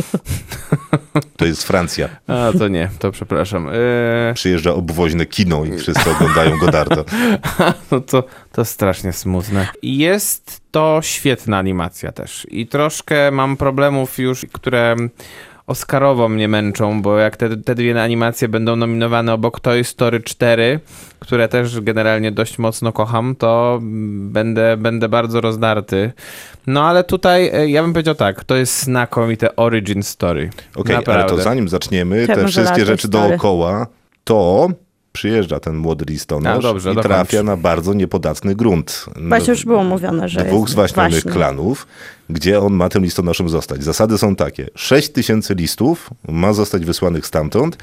To jest Francja. A, to nie, to przepraszam. Przyjeżdża obwoźne kino i wszyscy oglądają Godarda. No to strasznie smutne. Jest to świetna animacja też. I troszkę mam problemów już, które Oscarowo mnie męczą, bo jak te dwie animacje będą nominowane obok Toy Story 4, które też generalnie dość mocno kocham, to będę bardzo rozdarty. No ale tutaj ja bym powiedział tak, to jest znakomite origin story. Okej, ale to zanim zaczniemy te wszystkie rzeczy dookoła, to przyjeżdża ten młody listonosz i trafia na bardzo niepodatny grunt. Właśnie już było mówione, że dwóch zwaśnionych klanów, gdzie on ma tym listonoszem zostać. Zasady są takie. 6000 listów ma zostać wysłanych stamtąd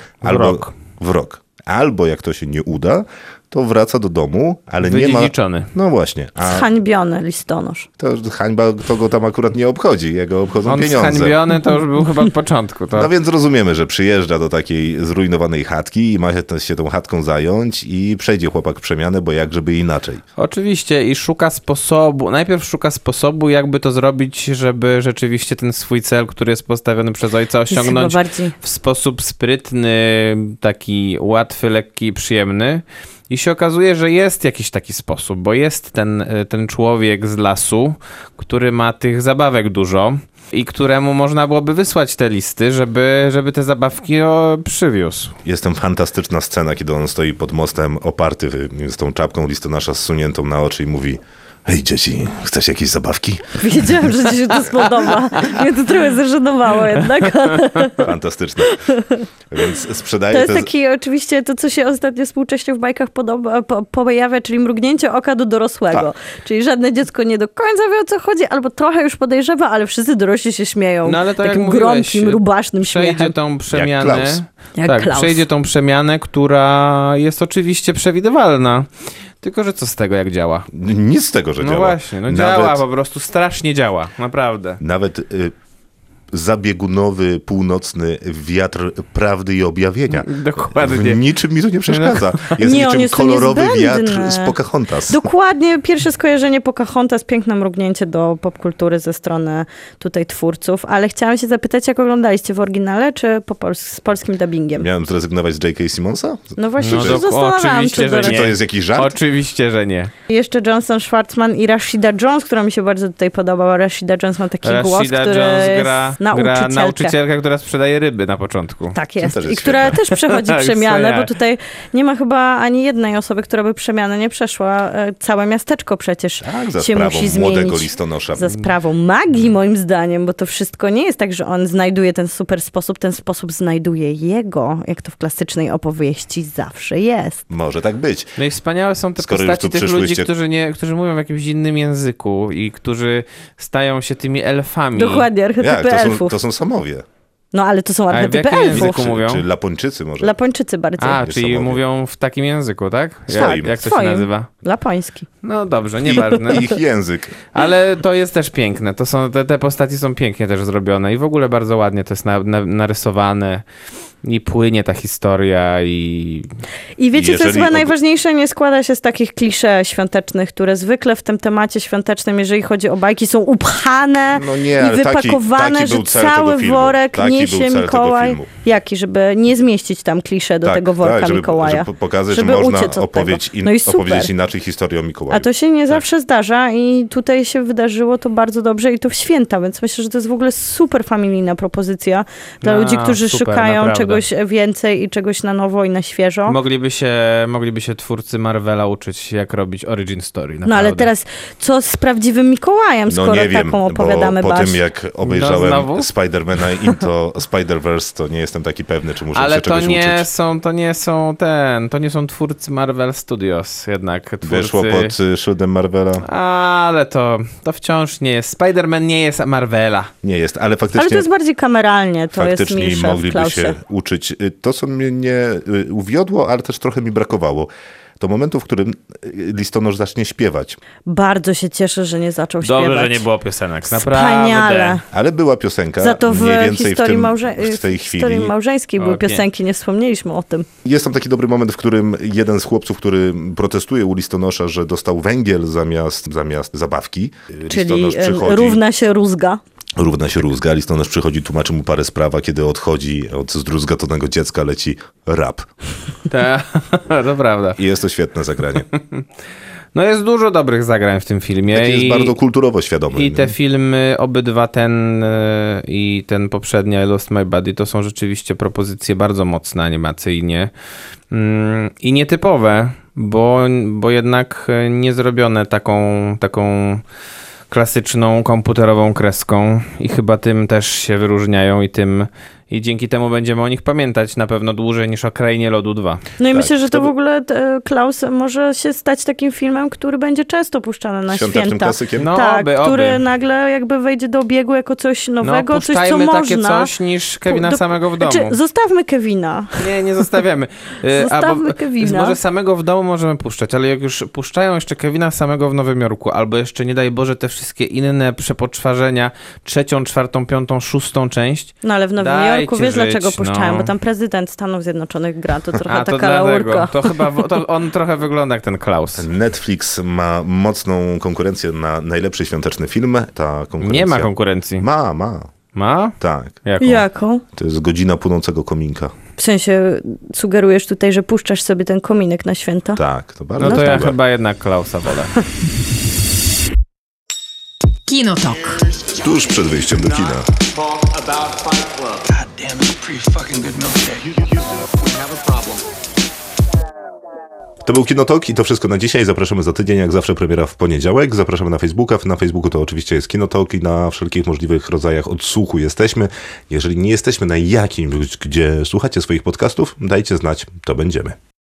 w rok. Albo jak to się nie uda, to wraca do domu, ale nie ma... No właśnie. Zhańbiony listonosz. To hańba, to go tam akurat nie obchodzi. Jego obchodzą pieniądze. Zhańbiony to już był chyba od początku. To... No więc rozumiemy, że przyjeżdża do takiej zrujnowanej chatki i ma się tą chatką zająć i przejdzie chłopak przemianę, bo jak żeby inaczej. Oczywiście i najpierw szuka sposobu, jakby to zrobić, żeby rzeczywiście ten swój cel, który jest postawiony przez ojca, osiągnąć w sposób sprytny, taki łatwy, lekki i przyjemny. I się okazuje, że jest jakiś taki sposób, bo jest ten człowiek z lasu, który ma tych zabawek dużo i któremu można byłoby wysłać te listy, żeby te zabawki przywiózł. Jest tam fantastyczna scena, kiedy on stoi pod mostem oparty z tą czapką listonosza zsuniętą na oczy i mówi: hej dzieci, chcesz jakieś zabawki? Wiedziałem, że ci się to spodoba. Mnie to trochę zażenowało jednak. Fantastyczne. Więc sprzedaje... To jest taki oczywiście to, co się ostatnio współcześnie w bajkach pojawia, czyli mrugnięcie oka do dorosłego. Tak. Czyli żadne dziecko nie do końca wie, o co chodzi, albo trochę już podejrzewa, ale wszyscy dorośli się śmieją. No ale to takim jak mówiłeś, gromkim, rubasznym śmiechem. Przejdzie tą przemianę. Jak Klaus. Przejdzie tą przemianę, która jest oczywiście przewidywalna. Tylko, że co z tego, jak działa? Nic z tego, że działa. No właśnie, działa, po prostu strasznie działa, naprawdę. Nawet zabiegunowy, północny wiatr prawdy i objawienia. Dokładnie. Niczym mi to nie przeszkadza. Jest niczym kolorowy wiatr z Pocahontas. Dokładnie, pierwsze skojarzenie Pocahontas, piękne mrugnięcie do popkultury ze strony tutaj twórców, ale chciałam się zapytać, jak oglądaliście w oryginale, czy z polskim dubbingiem? Miałem zrezygnować z J.K. Simmonsa? No właśnie, się zastanawiałam, czy to jest jakiś żart? Oczywiście, że nie. Jeszcze Johnson Schwartzman i Rashida Jones, która mi się bardzo tutaj podobała. Rashida Jones ma taki głos, który Jones gra Nauczycielkę. Gra nauczycielka, która sprzedaje ryby na początku. Tak jest. też jest I która też przechodzi przemianę, jak. bo tutaj nie ma chyba ani jednej osoby, która by przemianę nie przeszła. Całe miasteczko przecież Tak, za się sprawą musi zmienić. młodego listonosza. Za sprawą magii, moim zdaniem, bo to wszystko nie jest tak, że on znajduje ten super sposób, ten sposób znajduje jego, jak to w klasycznej opowieści zawsze jest. Może tak być. No i wspaniałe są te Skoro już postaci tu tych ludzi, przyszłyście- którzy mówią w jakimś innym języku i którzy stają się tymi elfami. Dokładnie, archetypy elfów. To są samowie. No ale to są A w archetypy jakim elfów. języku mówią? Czy Lapończycy może? Lapończycy bardziej. A, Jest czyli samowie. mówią w takim języku, tak? Swoim. Jak to się Swoim. nazywa? Lapoński. No dobrze, nieważne. Ich język. Ale to jest też piękne. To są, te postaci są pięknie też zrobione i w ogóle bardzo ładnie to jest narysowane i płynie ta historia i I wiecie, co jest Jeżeli chyba najważniejsze? Nie składa się z takich klisze świątecznych, które zwykle w tym temacie świątecznym, jeżeli chodzi o bajki, są upchane No nie, i ale wypakowane, taki że był cel cały tego filmu. worek Taki był niesie cel tego Mikołaj. filmu. Jaki? Żeby nie zmieścić tam klisze do tego worka żeby, Mikołaja. Żeby pokazać, Żeby że można uciec od opowiedzieć, tego. No i super. opowiedzieć inaczej historię o Mikołaju. A to się nie zawsze zdarza i tutaj się wydarzyło to bardzo dobrze i to w święta, więc myślę, że to jest w ogóle super familijna propozycja dla ludzi, którzy super, szukają naprawdę. czegoś więcej i czegoś na nowo i na świeżo. mogliby się twórcy Marvela uczyć, jak robić origin story. No ale naprawdę. teraz co z prawdziwym Mikołajem, skoro nie wiem, taką opowiadamy bo po baść? tym jak No obejrzałem znowu? Spider-Mana Into Spider-Verse, to nie jestem taki pewny, czy muszę Ale się czegoś uczyć. to nie są twórcy Marvel Studios jednak. Twórcy... Wyszło pod szyldem Marvela? Ale to wciąż nie jest. Spider-Man nie jest Marvela. Nie jest, ale faktycznie... Ale to jest bardziej kameralnie, to jest Faktycznie milsze w mogliby Klausie. się uczyć. To, co mnie uwiodło, ale też trochę mi brakowało, to momentu, w którym listonosz zacznie śpiewać. Bardzo się cieszę, że nie zaczął śpiewać. Dobrze, że nie było piosenek. Wspaniale. Naprawdę. Ale była piosenka. Za to w mniej więcej historii, w tej historii chwili. małżeńskiej były Okej. piosenki, nie wspomnieliśmy o tym. Jest tam taki dobry moment, w którym jeden z chłopców, który protestuje u listonosza, że dostał węgiel zamiast zabawki. Czyli Listonosz przychodzi, równa się rózga. równa się rózga. Listonosz przychodzi, tłumaczy mu parę spraw, a kiedy odchodzi od zdruzgatonego dziecka, leci rap. To prawda. I jest to świetne zagranie. No jest dużo dobrych zagrań w tym filmie. Taki jest bardzo kulturowo świadomy. I te filmy, obydwa ten i ten poprzedni I Lost My Body, to są rzeczywiście propozycje bardzo mocne animacyjnie i nietypowe, bo jednak nie zrobione taką klasyczną komputerową kreską i chyba tym też się wyróżniają i dzięki temu będziemy o nich pamiętać na pewno dłużej niż o Krainie Lodu 2. No i Tak, myślę, że to to w ogóle Klaus może się stać takim filmem, który będzie często puszczany na Świątecznym święta. klasykiem? No, Tak, oby. który nagle jakby wejdzie do obiegu jako coś nowego, coś co puszczajmy takie można. coś niż Kevina samego w domu. Znaczy, zostawmy Kevina. Nie zostawiamy. Zostawmy Kevina. Może samego w domu możemy puszczać, ale jak już puszczają jeszcze Kevina samego w Nowym Jorku, albo jeszcze nie daj Boże te wszystkie inne przepoczwarzenia, 3., 4., 5., 6. część. No ale w Nowym Dajcie Jorku wiesz żyć, dlaczego puszczają, no. bo tam prezydent Stanów Zjednoczonych gra, to trochę to taka dlatego. laurka. To chyba on trochę wygląda jak ten Klaus. Netflix ma mocną konkurencję na najlepszy świąteczny film. Ta konkurencja... Nie ma konkurencji. Ma. Ma? Tak. Jaką? Jaką? To jest godzina płonącego kominka. W sensie sugerujesz tutaj, że puszczasz sobie ten kominek na święta? Tak, to bardzo No to ja dobre. chyba jednak Klausa wolę. Kinotok. Tuż przed wyjściem do kina. To był Kinotok i to wszystko na dzisiaj. Zapraszamy za tydzień, jak zawsze premiera w poniedziałek. Zapraszamy na Facebooka. Na Facebooku to oczywiście jest Kinotok i na wszelkich możliwych rodzajach odsłuchu jesteśmy. Jeżeli nie jesteśmy na jakimś, gdzie słuchacie swoich podcastów, dajcie znać, to będziemy.